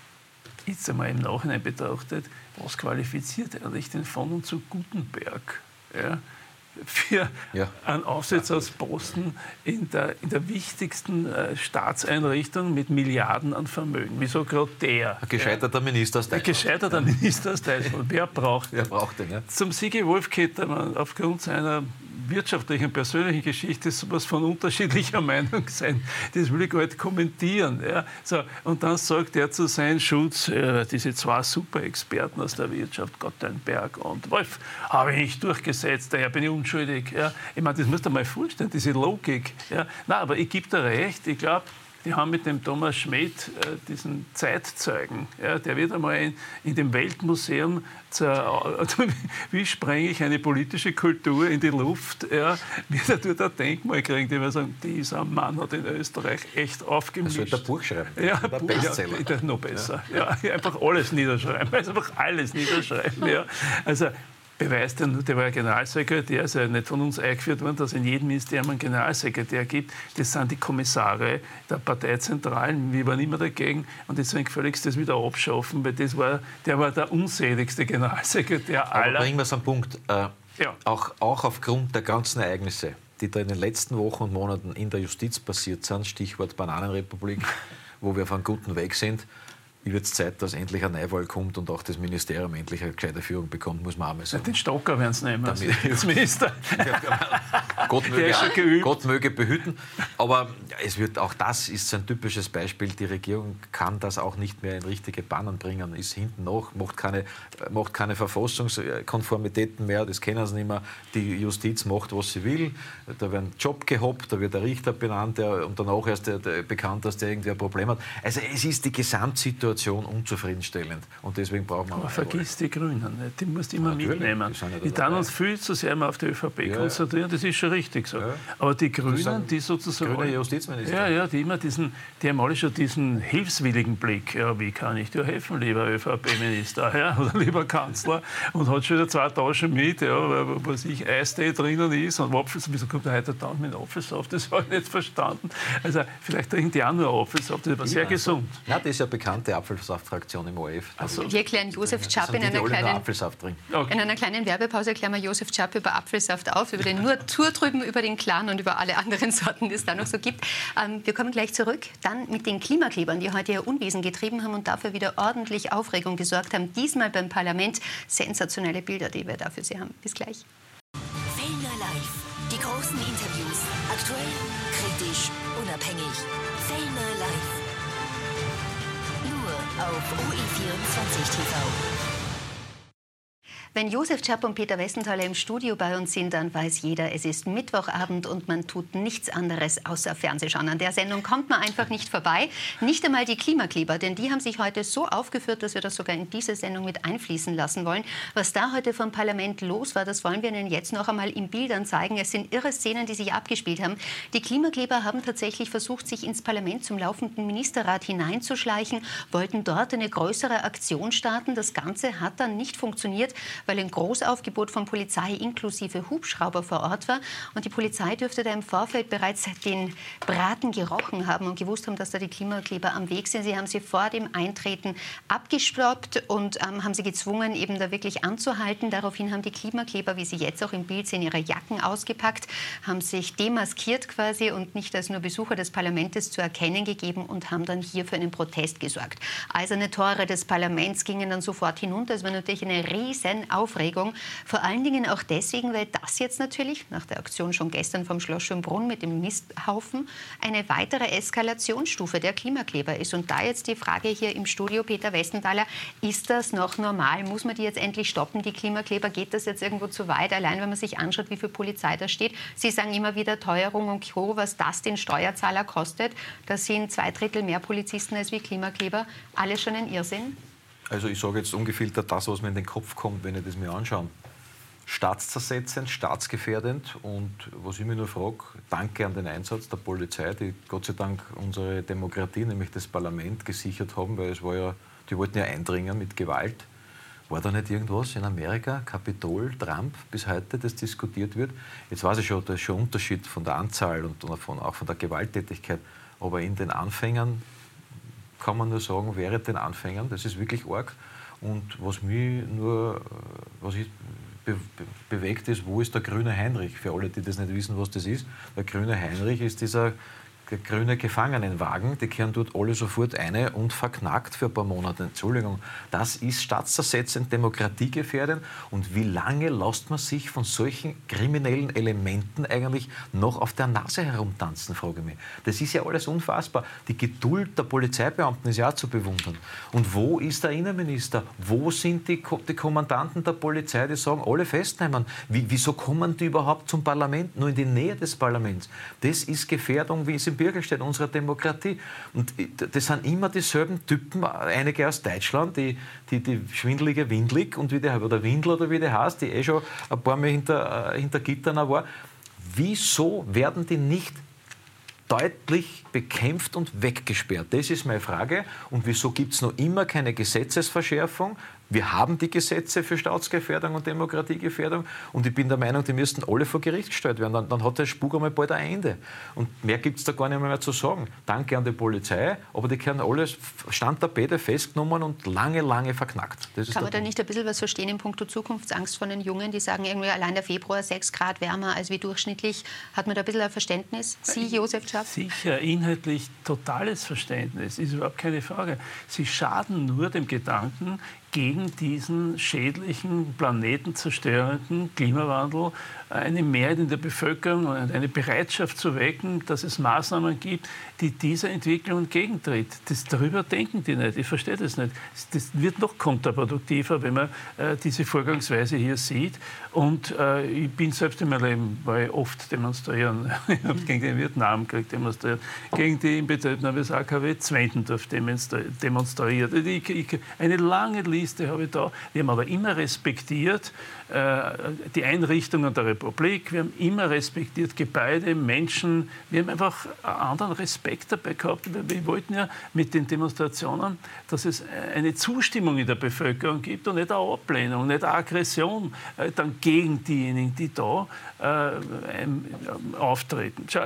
jetzt einmal im Nachhinein betrachtet, was qualifiziert eigentlich den von und zu Gutenberg ja, für ja. einen Aufsichtsratsposten in der, in der wichtigsten äh, Staatseinrichtung mit Milliarden an Vermögen? Wieso gerade der? Ein gescheiterter ja? Minister aus Deutschland. Ein gescheiterter ja. Minister aus Deutschland. Wer braucht Wer braucht den? Ja? Zum Sigi Wolf-Kettermann aufgrund seiner wirtschaftlichen, persönlichen Geschichte sowas von unterschiedlicher Meinung sein. Das will ich gar nicht kommentieren. Ja. So, und dann sagt er zu seinem Schutz, äh, diese zwei Super-Experten aus der Wirtschaft, Gottenberg und Wolf, habe ich nicht durchgesetzt, daher bin ich unschuldig. Ja. Ich meine, das musst du dir mal vorstellen, diese Logik. Ja. Nein, aber ich gebe dir recht, ich glaube, die haben mit dem Thomas Schmidt äh, diesen Zeitzeugen, ja, der wird einmal in, in dem Weltmuseum, zur, äh, wie sprenge ich eine politische Kultur in die Luft, ja, wird er dort ein Denkmal kriegen, die wir sagen, dieser Mann hat in Österreich echt aufgemischt. Er sollte ein Buch schreiben, ja, ein Buch, Bestseller. Ja, noch besser. Ja. Ja, einfach alles niederschreiben, also einfach alles niederschreiben. Ja. Also, beweist ja nur, der war ja Generalsekretär, ist ja nicht von uns eingeführt worden, dass es in jedem Ministerium einen Generalsekretär gibt. Das sind die Kommissare der Parteizentralen. Wir waren immer dagegen und deswegen gefälligst das wieder abschaffen, weil das war, der war der unseligste Generalsekretär aller. Aber bringen wir es am Punkt. Äh, ja. auch, auch aufgrund der ganzen Ereignisse, die da in den letzten Wochen und Monaten in der Justiz passiert sind, Stichwort Bananenrepublik, wo wir auf einem guten Weg sind, wird es Zeit, dass endlich eine Neuwahl kommt und auch das Ministerium endlich eine gescheite Führung bekommt, muss man auch mal sagen. Den Stocker werden sie nehmen, als Minister. Gott, möge, Gott möge behüten. Aber es wird, auch das ist so ein typisches Beispiel. Die Regierung kann das auch nicht mehr in richtige Bahnen bringen, ist hinten noch, macht keine, macht keine Verfassungskonformitäten mehr, das kennen sie nicht mehr. Die Justiz macht, was sie will. Da wird ein Job gehoppt, da wird der Richter benannt der, und danach erst der, der, bekannt, dass der irgendwie ein Problem hat. Also es ist die Gesamtsituation unzufriedenstellend. Und deswegen brauchen wir. Aber vergiss die Grünen nicht. Die musst du immer ja, mitnehmen. Die, die dann uns viel zu sehr immer auf die ÖVP ja, konzentrieren, das ist schon richtig so. Ja. Aber die Grünen, die sozusagen. Grüne Justizminister. Ja, ja, die immer diesen, die haben alle schon diesen hilfswilligen Blick. Ja, wie kann ich dir helfen, lieber ÖVP-Minister ja, oder lieber Kanzler? Und hat schon wieder zwei Taschen mit, ja, was ich, Eistee drinnen ist und Apfelsaft. Wieso kommt der heute dann mit Apfelsaft? Das habe ich nicht verstanden. Also, vielleicht trinken die auch nur Apfelsaft, das war sehr gesund. Ja, das ist ja bekannte Apfelsaftfraktion im O R F. Also, wir erklären Josef Schaap in, einer kleinen, okay. in einer kleinen Werbepause erklären wir Josef Schaap über Apfelsaft auf, über den nur Tour drüben, über den Clan und über alle anderen Sorten, die es da noch so gibt. Ähm, wir kommen gleich zurück, dann mit den Klimaklebern, die heute ihr Unwesen getrieben haben und dafür wieder ordentlich Aufregung gesorgt haben. Diesmal beim Parlament sensationelle Bilder, die wir da für Sie haben. Bis gleich. Fellner Live. Die großen Interviews. Aktuell, kritisch, unabhängig. Fellner Live. Nur auf O E vierundzwanzig T V. Wenn Josef Schaap und Peter Westenthaler im Studio bei uns sind, dann weiß jeder, es ist Mittwochabend und man tut nichts anderes außer Fernsehschauen. An der Sendung kommt man einfach nicht vorbei. Nicht einmal die Klimakleber, denn die haben sich heute so aufgeführt, dass wir das sogar in diese Sendung mit einfließen lassen wollen. Was da heute vom Parlament los war, das wollen wir Ihnen jetzt noch einmal in Bildern zeigen. Es sind irre Szenen, die sich abgespielt haben. Die Klimakleber haben tatsächlich versucht, sich ins Parlament zum laufenden Ministerrat hineinzuschleichen, wollten dort eine größere Aktion starten. Das Ganze hat dann nicht funktioniert, weil ein Großaufgebot von Polizei inklusive Hubschrauber vor Ort war. Und die Polizei dürfte da im Vorfeld bereits den Braten gerochen haben und gewusst haben, dass da die Klimakleber am Weg sind. Sie haben sie vor dem Eintreten abgestoppt und ähm, haben sie gezwungen, eben da wirklich anzuhalten. Daraufhin haben die Klimakleber, wie Sie jetzt auch im Bild sehen, ihre Jacken ausgepackt, haben sich demaskiert quasi und nicht als nur Besucher des Parlaments zu erkennen gegeben und haben dann hier für einen Protest gesorgt. Eiserne Tore des Parlaments gingen dann sofort hinunter. Es war natürlich eine riesen Aufregung. Vor allen Dingen auch deswegen, weil das jetzt natürlich, nach der Aktion schon gestern vom Schloss Schönbrunn mit dem Misthaufen, eine weitere Eskalationsstufe der Klimakleber ist. Und da jetzt die Frage hier im Studio, Peter Westenthaler, ist das noch normal? Muss man die jetzt endlich stoppen, die Klimakleber? Geht das jetzt irgendwo zu weit? Allein, wenn man sich anschaut, wie viel Polizei da steht. Sie sagen immer wieder Teuerung und Co., was das den Steuerzahler kostet. Da sind zwei Drittel mehr Polizisten als wie Klimakleber. Alles schon ein Irrsinn? Also ich sage jetzt ungefiltert das, was mir in den Kopf kommt, wenn ich das mir anschaue. staatszersetzend, staatsgefährdend. Und was ich mich nur frage, danke an den Einsatz der Polizei, die Gott sei Dank unsere Demokratie, nämlich das Parlament, gesichert haben, weil es war ja, die wollten ja eindringen mit Gewalt. War da nicht irgendwas in Amerika, Kapitol, Trump, bis heute, das diskutiert wird? Jetzt weiß ich schon, da ist schon ein Unterschied von der Anzahl und von, auch von der Gewalttätigkeit. Aber in den Anfängern kann man nur sagen, während den Anfängern, das ist wirklich arg. Und was mich nur, was ich be be bewegt ist, wo ist der grüne Heinrich? Für alle, die das nicht wissen, was das ist. Der grüne Heinrich ist dieser der grüne Gefangenenwagen, die kehren dort alle sofort eine und verknackt für ein paar Monate. Entschuldigung, das ist staatszersetzend, demokratiegefährdend. Und wie lange lässt man sich von solchen kriminellen Elementen eigentlich noch auf der Nase herumtanzen, frage ich mich. Das ist ja alles unfassbar. Die Geduld der Polizeibeamten ist ja auch zu bewundern. Und wo ist der Innenminister? Wo sind die, Ko die Kommandanten der Polizei, die sagen, alle festnehmen? Wie, wieso kommen die überhaupt zum Parlament, nur in die Nähe des Parlaments? Das ist Gefährdung, wie es im Bürgersteig unserer Demokratie. Und das sind immer dieselben Typen, einige aus Deutschland, die, die, die schwindelige Windlig und wie der, oder Windel oder wie der heißt, die eh schon ein paar Mal hinter, hinter Gittern war. Wieso werden die nicht deutlich bekämpft und weggesperrt? Das ist meine Frage. Und wieso gibt es noch immer keine Gesetzesverschärfung? Wir haben die Gesetze für Staatsgefährdung und Demokratiegefährdung und ich bin der Meinung, die müssten alle vor Gericht gestellt werden. Dann, dann hat der Spuk einmal bald ein Ende. Und mehr gibt es da gar nicht mehr, mehr zu sagen. Danke an die Polizei, aber die können alles Stand der Bede festgenommen und lange, lange verknackt. Das ist Kann man da nicht ein bisschen was verstehen in puncto Zukunftsangst von den Jungen, die sagen, irgendwie allein der Februar sechs Grad wärmer als wie durchschnittlich? Hat man da ein bisschen ein Verständnis? Sie, Josef Schaap? Sicher, inhaltlich totales Verständnis, ist überhaupt keine Frage. Sie schaden nur dem Gedanken, gegen diesen schädlichen, planetenzerstörenden Klimawandel eine Mehrheit in der Bevölkerung und eine Bereitschaft zu wecken, dass es Maßnahmen gibt, die dieser Entwicklung entgegentritt. Das, darüber denken die nicht. Ich verstehe das nicht. Das wird noch kontraproduktiver, wenn man äh, diese Vorgangsweise hier sieht. Und äh, ich bin selbst in meinem Leben, weil ich oft demonstrieren, ich habe gegen den Vietnamkrieg demonstriert, gegen die Inbetriebnahme des A K W Zwentendorf demonstriert. Ich, ich, eine lange Liste habe ich da. Wir haben aber immer respektiert äh, die Einrichtungen der Republik, wir haben immer respektiert Gebäude, Menschen, wir haben einfach einen anderen Respekt dabei gehabt. Wir wollten ja mit den Demonstrationen, dass es eine Zustimmung in der Bevölkerung gibt und nicht eine Ablehnung, nicht eine Aggression äh, dann gegen diejenigen, die da äh, auftreten. Schau,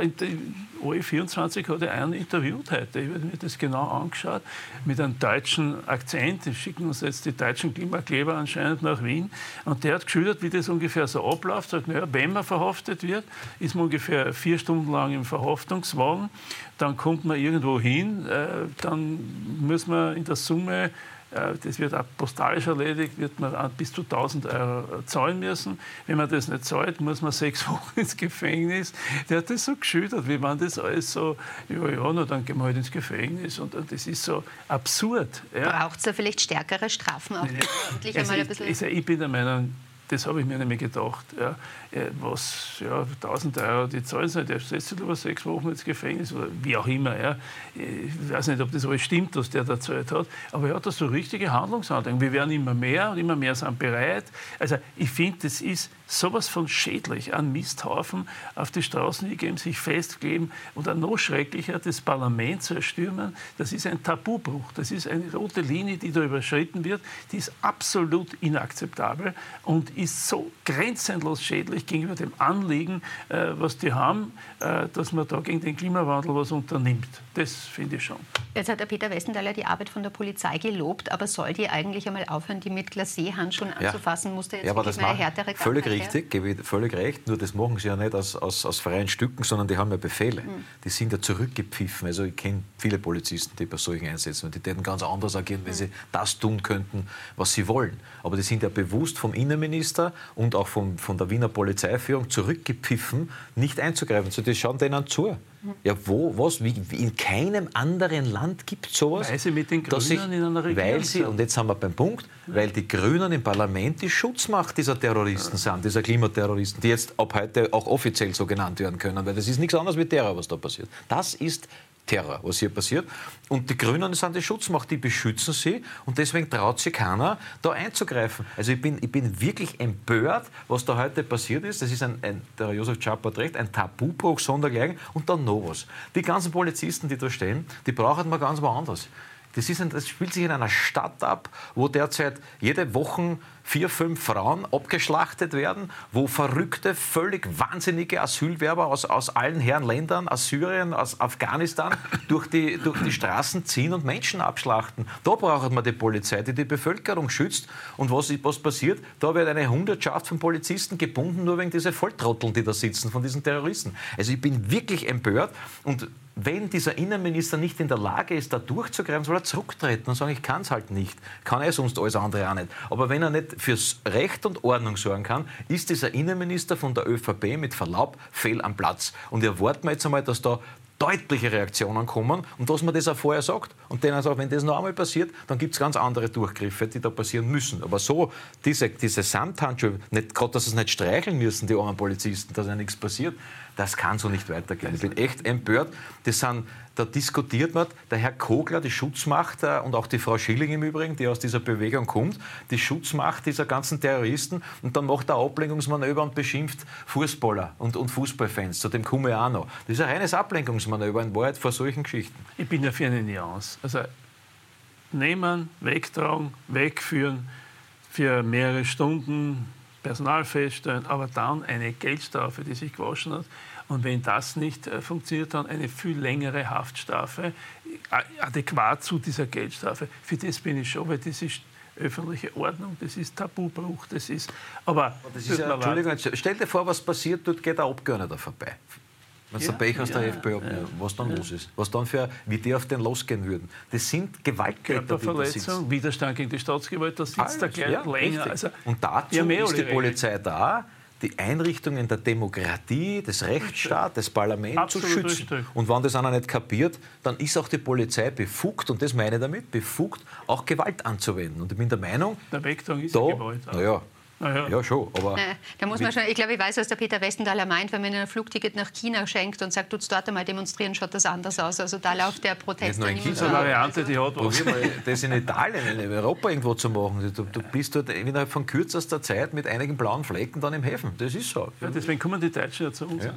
O E vierundzwanzig hat einen interviewt heute, ich habe mir das genau angeschaut, mit einem deutschen Akzent, die schicken uns jetzt die deutschen Klimakleber anscheinend nach Wien und der hat geschildert, wie das ungefähr so abläuft, sagt, naja, wenn man verhaftet wird, ist man ungefähr vier Stunden lang im Verhaftungswagen, dann kommt man irgendwo hin, äh, dann muss man in der Summe, das wird auch postalisch erledigt, wird man bis zu tausend Euro zahlen müssen. Wenn man das nicht zahlt, muss man sechs Wochen ins Gefängnis. Der hat das so geschildert, wie man das alles so, ja, ja, na, dann gehen wir halt ins Gefängnis. Und das ist so absurd. Ja. Braucht es da vielleicht stärkere Strafen? Auch ja. also ich, also ich bin der Meinung, das habe ich mir nämlich gedacht. Ja, was, ja, tausend Euro, die zahlen sie nicht, der setzt sich über sechs Wochen ins Gefängnis oder wie auch immer. Ja. Ich weiß nicht, ob das alles stimmt, was der da gezahlt hat, aber er hat da so richtige Handlungshandlungen. Wir werden immer mehr und immer mehr sind bereit. Also ich finde, das ist sowas von schädlich, ein Misthaufen auf die Straßen gegeben, sich festkleben und dann noch schrecklicher, das Parlament zu erstürmen. Das ist ein Tabubruch, das ist eine rote Linie, die da überschritten wird, die ist absolut inakzeptabel und ist so grenzenlos schädlich gegenüber dem Anliegen, äh, was die haben, äh, dass man da gegen den Klimawandel was unternimmt. Das finde ich schon. Jetzt hat der Peter Westenthaler die Arbeit von der Polizei gelobt, aber soll die eigentlich einmal aufhören, die mit Glacé-Handschuhen anzufassen? Ja. Musste jetzt ja, aber das mal eine härtere Krankheit, völlig richtig, gebe ich völlig recht. Nur das machen sie ja nicht aus, aus, aus freien Stücken, sondern die haben ja Befehle. Mhm. Die sind ja zurückgepfiffen. Also ich kenne viele Polizisten, die bei solchen Einsätzen, und die täten ganz anders agieren, wenn mhm. sie das tun könnten, was sie wollen. Aber die sind ja bewusst vom Innenminister und auch vom, von der Wiener Polizeiführung zurückgepfiffen, nicht einzugreifen. So, die schauen denen zu. Ja, wo, was, wie, wie in keinem anderen Land gibt es sowas. Weil sie mit den Grünen ich, in einer Regierung weil sie, und jetzt sind wir beim Punkt, weil die Grünen im Parlament die Schutzmacht dieser Terroristen sind, dieser Klimaterroristen, die jetzt ab heute auch offiziell so genannt werden können, weil das ist nichts anderes wie Terror, was da passiert. Das ist Terror, was hier passiert. Und die Grünen sind die Schutzmacht, die beschützen sie und deswegen traut sich keiner, da einzugreifen. Also ich bin, ich bin wirklich empört, was da heute passiert ist. Das ist ein, ein der Josef Czapper hat recht, ein Tabubruch sondergleichen und dann noch was. Die ganzen Polizisten, die da stehen, die brauchen wir ganz woanders. Das, ist ein, das spielt sich in einer Stadt ab, wo derzeit jede Woche vier, fünf Frauen abgeschlachtet werden, wo verrückte, völlig wahnsinnige Asylwerber aus, aus allen Herren Ländern, aus Syrien, aus Afghanistan, durch die, durch die Straßen ziehen und Menschen abschlachten. Da braucht man die Polizei, die die Bevölkerung schützt. Und was, was passiert? Da wird eine Hundertschaft von Polizisten gebunden, nur wegen dieser Volltrotteln, die da sitzen, von diesen Terroristen. Also ich bin wirklich empört. Und wenn dieser Innenminister nicht in der Lage ist, da durchzugreifen, soll er zurücktreten und sagen, ich kann es halt nicht. Kann er sonst alles andere auch nicht. Aber wenn er nicht fürs Recht und Ordnung sorgen kann, ist dieser Innenminister von der ÖVP mit Verlaub fehl am Platz. Und erwarten wir jetzt einmal, dass da deutliche Reaktionen kommen und dass man das auch vorher sagt. Und denen sagt, wenn das noch einmal passiert, dann gibt es ganz andere Durchgriffe, die da passieren müssen. Aber so, diese, diese Samthandschuhe, gerade, dass sie es nicht streicheln müssen, die armen Polizisten, dass ja nichts passiert, das kann so nicht weitergehen. Ich bin echt empört. Das sind, da diskutiert man, der Herr Kogler, die Schutzmacht äh, und auch die Frau Schilling im Übrigen, die aus dieser Bewegung kommt, die Schutzmacht dieser ganzen Terroristen und dann macht er Ablenkungsmanöver und beschimpft Fußballer und, und Fußballfans. Zu dem komme ich auch noch. Das ist ein reines Ablenkungsmanöver in Wahrheit vor solchen Geschichten. Ich bin ja für eine Nuance. Also nehmen, wegtragen, wegführen für mehrere Stunden, Personal feststellen, aber dann eine Geldstrafe, die sich gewaschen hat. Und wenn das nicht äh, funktioniert, dann eine viel längere Haftstrafe, äh, adäquat zu dieser Geldstrafe. Für das bin ich schon, weil das ist öffentliche Ordnung, das ist Tabubruch, das ist... Aber das ist ja, Entschuldigung, stell dir vor, was passiert, dort geht ein Abgeordneter vorbei. Wenn du ja, Pech aus ja, der FPÖ abnimmt, ja, was dann ja. los ist, was dann für, wie die auf den losgehen würden. Das sind Gewalttäter, Körperverletzung, Widerstand gegen die Staatsgewalt, da sitzt der gleich ja, länger. Also, und dazu ja, ist die Polizei da, die Einrichtungen der Demokratie, des Rechtsstaats, des Parlaments Absolut zu schützen. Richtig. Und wenn das einer nicht kapiert, dann ist auch die Polizei befugt, und das meine ich damit, befugt, auch Gewalt anzuwenden. Und ich bin der Meinung, der Wegtrag ist da, ja Gewalt. Naja, Ja. ja, schon. Aber ja, da muss man schon, ich glaube, ich weiß, was der Peter Westenthaler meint, wenn man ein Flugticket nach China schenkt und sagt, tut's dort einmal demonstrieren, schaut das anders aus. Also da läuft der Protest dann immer so. Eine Variante, die hat was. Probier mal, das in Italien, in Europa irgendwo zu machen. Du, du bist dort innerhalb von kürzester Zeit mit einigen blauen Flecken dann im Häfen. Das ist so. Ja, deswegen kommen die Deutschen ja zu uns. Ja.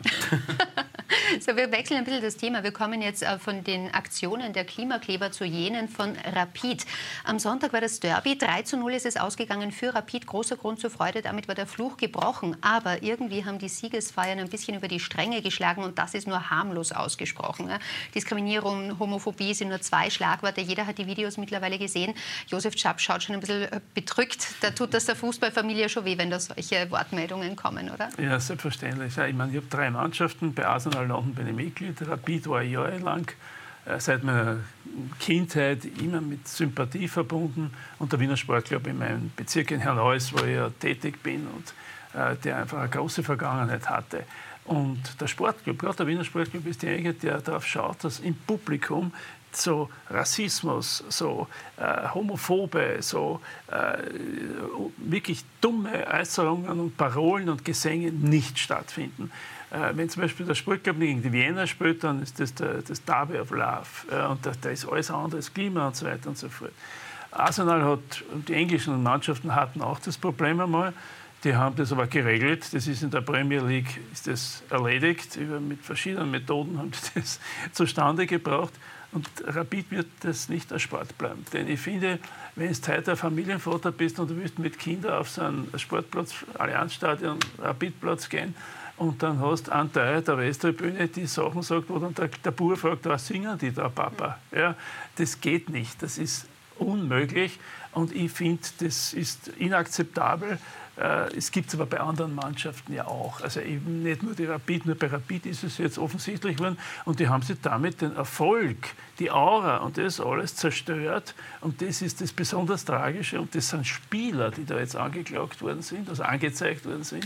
So, wir wechseln ein bisschen das Thema. Wir kommen jetzt von den Aktionen der Klimakleber zu jenen von Rapid. Am Sonntag war das Derby. drei zu null ist es ausgegangen für Rapid. Großer Grund zur Freude. Damit war der Fluch gebrochen. Aber irgendwie haben die Siegesfeiern ein bisschen über die Stränge geschlagen. Und das ist nur harmlos ausgesprochen. Diskriminierung, Homophobie sind nur zwei Schlagworte. Jeder hat die Videos mittlerweile gesehen. Josef Czapper schaut schon ein bisschen bedrückt. Da tut das der Fußballfamilie schon weh, wenn da solche Wortmeldungen kommen, oder? Ja, selbstverständlich. Ich meine, ich habe drei Mannschaften. Bei Arsenal London bin ich Mitglied. Rapid war jahrelang seit meiner Kindheit immer mit Sympathie verbunden. Und der Wiener Sportclub in meinem Bezirk in Herneuss, wo ich ja tätig bin und äh, der einfach eine große Vergangenheit hatte. Und der Sportclub, gerade der Wiener Sportclub, ist derjenige, der darauf schaut, dass im Publikum so Rassismus, so äh, Homophobe, so äh, wirklich dumme Äußerungen und Parolen und Gesänge nicht stattfinden. Äh, wenn zum Beispiel der Sportclub gegen die Wiener spielt, dann ist das der, das Derby of Love. Äh, und da, da ist alles andere als Klima und so weiter und so fort. Arsenal hat, und die englischen Mannschaften hatten auch das Problem einmal. Die haben das aber geregelt. Das ist in der Premier League ist das erledigt. Über, mit verschiedenen Methoden haben sie das zustande gebracht. Und Rapid wird das nicht als Sport bleiben. Denn ich finde, wenn du heute ein Familienvater bist und du willst mit Kindern auf so einen Sportplatz, Allianzstadion, Rapidplatz gehen, und dann hast du einen Teil der Westtribüne, die Sachen sagt, wo dann der, der Bub fragt, was singen die da, Papa? Ja, das geht nicht, das ist unmöglich. Und ich finde, das ist inakzeptabel. Es gibt es aber bei anderen Mannschaften ja auch. Also eben nicht nur die Rapid, nur bei Rapid ist es jetzt offensichtlich geworden. Und die haben sich damit den Erfolg, die Aura und das alles zerstört. Und das ist das besonders Tragische. Und das sind Spieler, die da jetzt angeklagt worden sind, also angezeigt worden sind,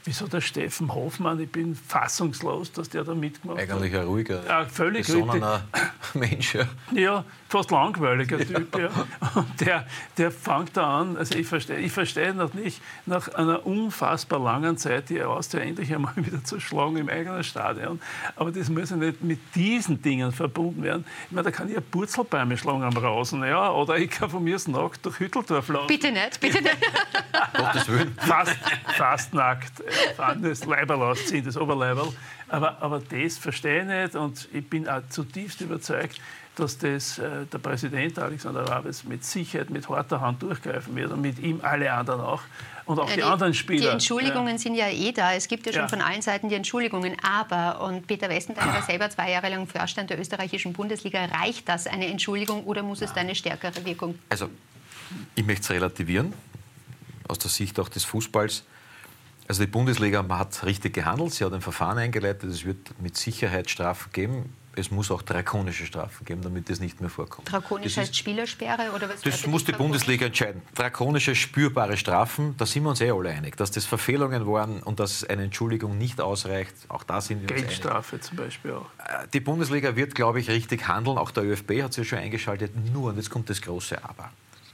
wieso der Steffen Hoffmann, ich bin fassungslos, dass der da mitgemacht hat. Eigentlich ein ruhiger, ja, völlig besonnener Mensch. Ja. ja, fast langweiliger Typ. Ja. Und der, der fängt da an, also ich verstehe ich verstehe noch nicht, nach einer unfassbar langen Zeit die Austria endlich einmal wieder zu schlagen im eigenen Stadion. Aber das muss ja nicht mit diesen Dingen verbunden werden. Ich meine, da kann ich ja Purzelbäume schlagen am Rasen, ja, oder ich kann von mir aus nackt durch Hütteldorf laufen. Bitte nicht, bitte nicht. Gottes Willen. Fast, fast nackt. Das Leiberl ausziehen, das Oberleiberl. Aber, aber das verstehe ich nicht und ich bin auch zutiefst überzeugt, dass das äh, der Präsident Alexander Wawes mit Sicherheit mit harter Hand durchgreifen wird und mit ihm alle anderen auch. Und auch ja, die, die anderen Spieler. Die Entschuldigungen ja. sind ja eh da. Es gibt ja schon ja. von allen Seiten die Entschuldigungen. Aber, und Peter Westenthaler war selber zwei Jahre lang Vorstand der österreichischen Bundesliga, reicht das eine Entschuldigung oder muss es da eine stärkere Wirkung? Also, ich möchte es relativieren, aus der Sicht auch des Fußballs. Also die Bundesliga hat richtig gehandelt, sie hat ein Verfahren eingeleitet, es wird mit Sicherheit Strafen geben. Es muss auch drakonische Strafen geben, damit das nicht mehr vorkommt. Drakonisch heißt Spielersperre? Oder was das muss die Bundesliga entscheiden. Drakonische, spürbare Strafen, da sind wir uns eh alle einig. Dass das Verfehlungen waren und dass eine Entschuldigung nicht ausreicht, auch da sind wir uns einig. Geldstrafe zum Beispiel auch. Die Bundesliga wird, glaube ich, richtig handeln. Auch der ÖFB hat sich schon eingeschaltet. Nur, und jetzt kommt das große Aber.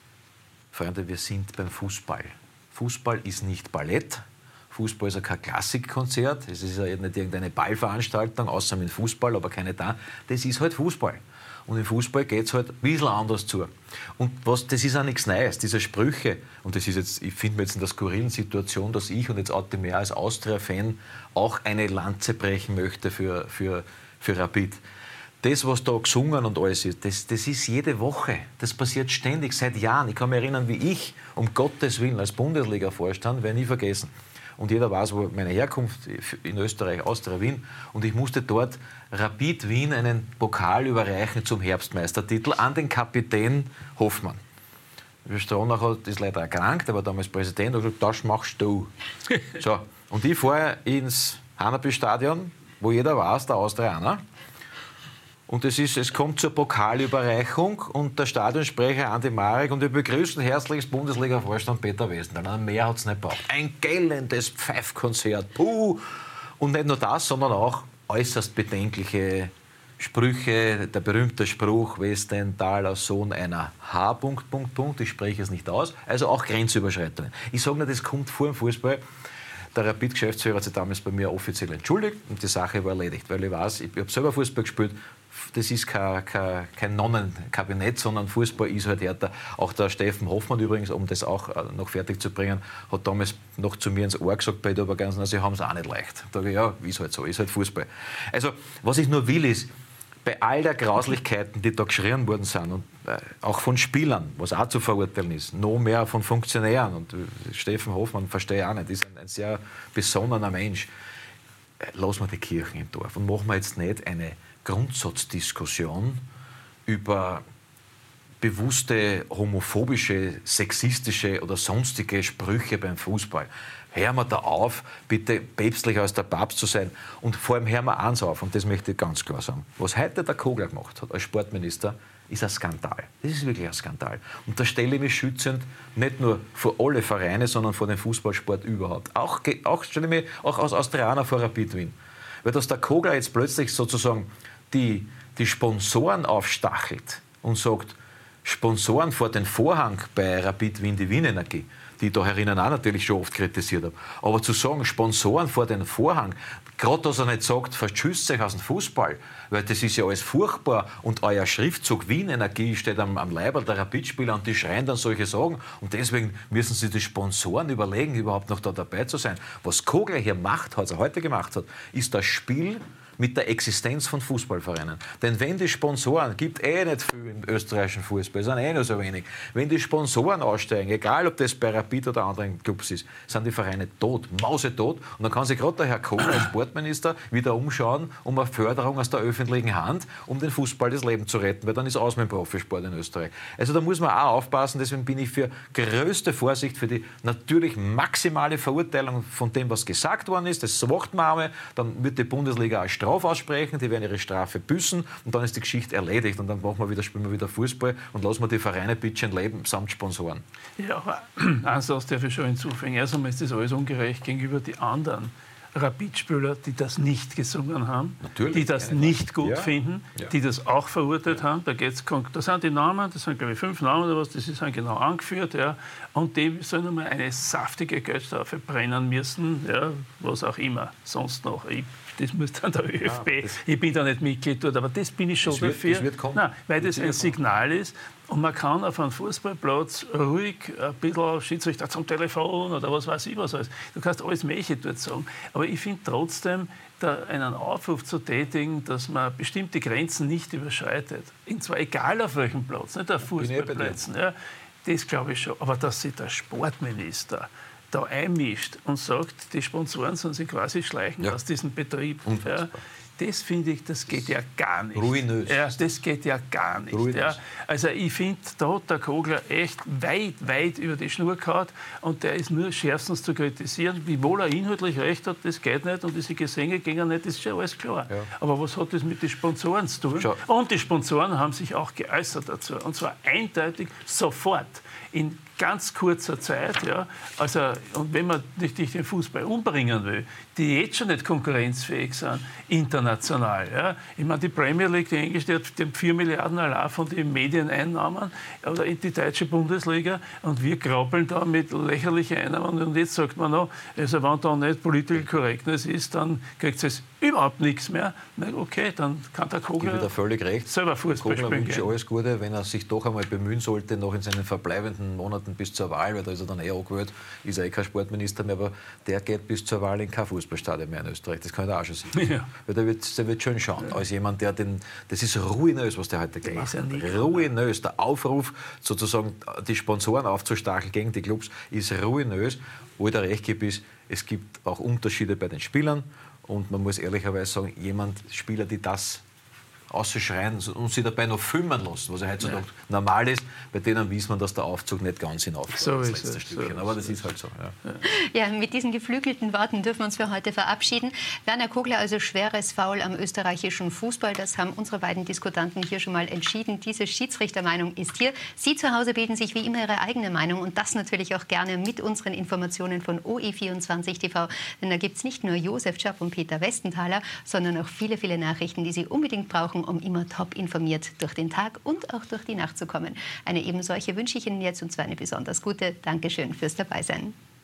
Freunde, wir sind beim Fußball. Fußball ist nicht Ballett. Fußball ist ja kein Klassikkonzert, es ist ja nicht irgendeine Ballveranstaltung, außer mit Fußball, aber keine da. Das ist halt Fußball. Und im Fußball geht es halt ein bisschen anders zu. Und was, das ist auch nichts Neues, diese Sprüche. Und das ist jetzt, ich finde mir jetzt in der skurrilen Situation, dass ich, und jetzt oute mehr als Austria-Fan, auch eine Lanze brechen möchte für, für, für Rapid. Das, was da gesungen und alles ist, das, das ist jede Woche. Das passiert ständig, seit Jahren. Ich kann mich erinnern, wie ich, um Gottes Willen, als Bundesliga-Vorstand, werde ich nie vergessen. Und jeder weiß, wo meine Herkunft in Österreich, Austria, Wien. Und ich musste dort Rapid Wien einen Pokal überreichen zum Herbstmeistertitel an den Kapitän Hoffmann. Stronach ist leider erkrankt, der war damals Präsident, und gesagt, das machst du. So, und ich fahre ins Hanapi-Stadion, wo jeder weiß, der Austrianer. Und es, ist, es kommt zur Pokalüberreichung und der Stadionsprecher Andi Marek und wir begrüßen herzlich das Bundesliga-Vorstand Peter Westenthaler. Mehr hat es nicht gebraucht. Ein gellendes Pfeifkonzert. Puh. Und nicht nur das, sondern auch äußerst bedenkliche Sprüche. Der berühmte Spruch, Westenthaler, Sohn einer H. Punkt, Punkt, Punkt. Ich spreche es nicht aus. Also auch Grenzüberschreitungen. Ich sage nur, das kommt vor dem Fußball. Der Rapid-Geschäftsführer hat sich damals bei mir offiziell entschuldigt und die Sache war erledigt. Weil ich weiß, ich habe selber Fußball gespielt, das ist kein, kein, kein Nonnenkabinett, sondern Fußball ist halt härter. Auch der Steffen Hoffmann übrigens, um das auch noch fertig zu bringen, hat damals noch zu mir ins Ohr gesagt, bei der Obergrenzen, sie haben es auch nicht leicht. Da sage ich, ja, ist halt so, ist halt Fußball. Also, was ich nur will, ist, bei all der Grauslichkeiten, die da geschrien worden sind, und äh, auch von Spielern, was auch zu verurteilen ist, noch mehr von Funktionären, und äh, Steffen Hoffmann verstehe ich auch nicht, ist ein, ein sehr besonnener Mensch, äh, lassen wir die Kirchen im Dorf und machen wir jetzt nicht eine Grundsatzdiskussion über bewusste homophobische, sexistische oder sonstige Sprüche beim Fußball. Hören wir da auf, bitte päpstlicher als der Papst zu sein. Und vor allem hören wir eins auf, und das möchte ich ganz klar sagen. Was heute der Kogler gemacht hat als Sportminister, ist ein Skandal. Das ist wirklich ein Skandal. Und da stelle ich mich schützend nicht nur vor alle Vereine, sondern vor den Fußballsport überhaupt. Auch, auch stelle ich mich auch als Austrianer vor Rapid Wien. Weil dass der Kogler jetzt plötzlich sozusagen die, die Sponsoren aufstachelt und sagt, Sponsoren vor den Vorhang bei Rapid Wien, die Wien Energie, die ich da herinnen auch natürlich schon oft kritisiert habe. Aber zu sagen, Sponsoren vor den Vorhang, gerade dass er nicht sagt, verschüsst euch aus dem Fußball, weil das ist ja alles furchtbar und euer Schriftzug Wien Energie steht am, am Leiberl der Rapid-Spieler und die schreien dann solche Sachen und deswegen müssen sich die Sponsoren überlegen, überhaupt noch da dabei zu sein. Was Kogler hier macht, was er heute gemacht hat, ist das Spiel mit der Existenz von Fußballvereinen. Denn wenn die Sponsoren, gibt eh nicht viel im österreichischen Fußball, sind eh nur so wenig, wenn die Sponsoren aussteigen, egal ob das bei Rapid oder anderen Clubs ist, sind die Vereine tot, mausetot. Und dann kann sich gerade der Herr Kogler als Sportminister wieder umschauen um eine Förderung aus der öffentlichen Hand, um den Fußball das Leben zu retten, weil dann ist aus mit dem Profisport in Österreich. Also da muss man auch aufpassen, deswegen bin ich für größte Vorsicht, für die natürlich maximale Verurteilung von dem, was gesagt worden ist. Das macht man einmal, dann wird die Bundesliga auch strafen. Strafe aussprechen, die werden ihre Strafe büßen und dann ist die Geschichte erledigt und dann machen wir wieder, spielen wir wieder Fußball und lassen wir die Vereine bitte leben, samt Sponsoren. Ja, aber eins darf ich schon hinzufügen. Erst einmal ist das alles ungerecht gegenüber den anderen Rapid-Spieler, die das nicht gesungen haben, Natürlich, die das nicht gut ja. finden, ja. die das auch verurteilt ja. haben. Da, geht's, da sind die Namen, das sind glaube ich fünf Namen oder was, das ist genau angeführt. Ja. Und die sollen einmal eine saftige Geldstrafe brennen müssen, ja, was auch immer sonst noch. Ich, das muss dann der ÖFB, ja, ich bin da nicht Mitglied dort, aber das bin ich schon das wird, dafür, das wird kommen. Nein, weil das, das ein Signal ist. Und man kann auf einem Fußballplatz ruhig ein bisschen Schiedsrichter zum Telefon oder was weiß ich was alles. Du kannst alles Mögliche dort sagen. Aber ich finde trotzdem, da einen Aufruf zu tätigen, dass man bestimmte Grenzen nicht überschreitet. Und zwar egal auf welchem Platz, nicht auf Fußballplätzen. Ja, das glaube ich schon. Aber dass sich der Sportminister da einmischt und sagt, die Sponsoren sollen sich quasi schleichen ja. aus diesem Betrieb. Ja, das finde ich, das geht ja gar nicht. Ruinös. Ja, das geht ja gar nicht. Ja. Also ich finde, da hat der Kogler echt weit, weit über die Schnur gehauen und der ist nur schärfstens zu kritisieren. Wiewohl er inhaltlich recht hat, das geht nicht und diese Gesänge gehen nicht, das ist schon alles klar. Ja. Aber was hat das mit den Sponsoren zu tun? Schau. Und die Sponsoren haben sich auch geäußert dazu. Und zwar eindeutig sofort. In ganz kurzer Zeit, ja, also, und wenn man nicht, nicht den Fußball umbringen will, die jetzt schon nicht konkurrenzfähig sind, international. Ja. Ich meine, die Premier League, die englische, die hat vier Milliarden allein von den Medieneinnahmen, oder in die deutsche Bundesliga, und wir krabbeln da mit lächerlichen Einnahmen, und jetzt sagt man noch, also wenn da nicht Political Correctness ist, dann kriegt es überhaupt nichts mehr. Na, okay, dann kann der Kogler da völlig recht. selber Fußball Kogler spielen. Wünsche alles Gute, wenn er sich doch einmal bemühen sollte, noch in seinen verbleibenden Monaten bis zur Wahl, weil da ist er dann eh angewählt, ist er eh kein Sportminister mehr, aber der geht bis zur Wahl in kein Fußballstadion mehr in Österreich. Das kann ich da auch schon sehen. Ja. Weil der wird, der wird schön schauen. Ja. Als jemand, der den, das ist ruinös, was der heute gemacht hat. Ruinös. Der Aufruf, sozusagen die Sponsoren aufzustacheln gegen die Clubs, ist ruinös. Wo ich da recht gebe, ist, es gibt auch Unterschiede bei den Spielern. Und man muss ehrlicherweise sagen, jemand, Spieler, die das ausschreien und sie dabei noch filmen lassen, was ja heutzutage ja. normal ist, bei denen weiß man, dass der Aufzug nicht ganz hinaufgeht. So ist es. So aber das ist halt so. Ja. Ja, mit diesen geflügelten Worten dürfen wir uns für heute verabschieden. Werner Kogler, also schweres Foul am österreichischen Fußball. Das haben unsere beiden Diskutanten hier schon mal entschieden. Diese Schiedsrichtermeinung ist hier. Sie zu Hause bilden sich wie immer Ihre eigene Meinung und das natürlich auch gerne mit unseren Informationen von O E vierundzwanzig T V. Denn da gibt es nicht nur Josef Czap und Peter Westenthaler, sondern auch viele, viele Nachrichten, die Sie unbedingt brauchen, um immer top informiert durch den Tag und auch durch die Nacht zu kommen. Eine eben solche wünsche ich Ihnen jetzt, und zwar eine besonders gute. Dankeschön fürs Dabeisein.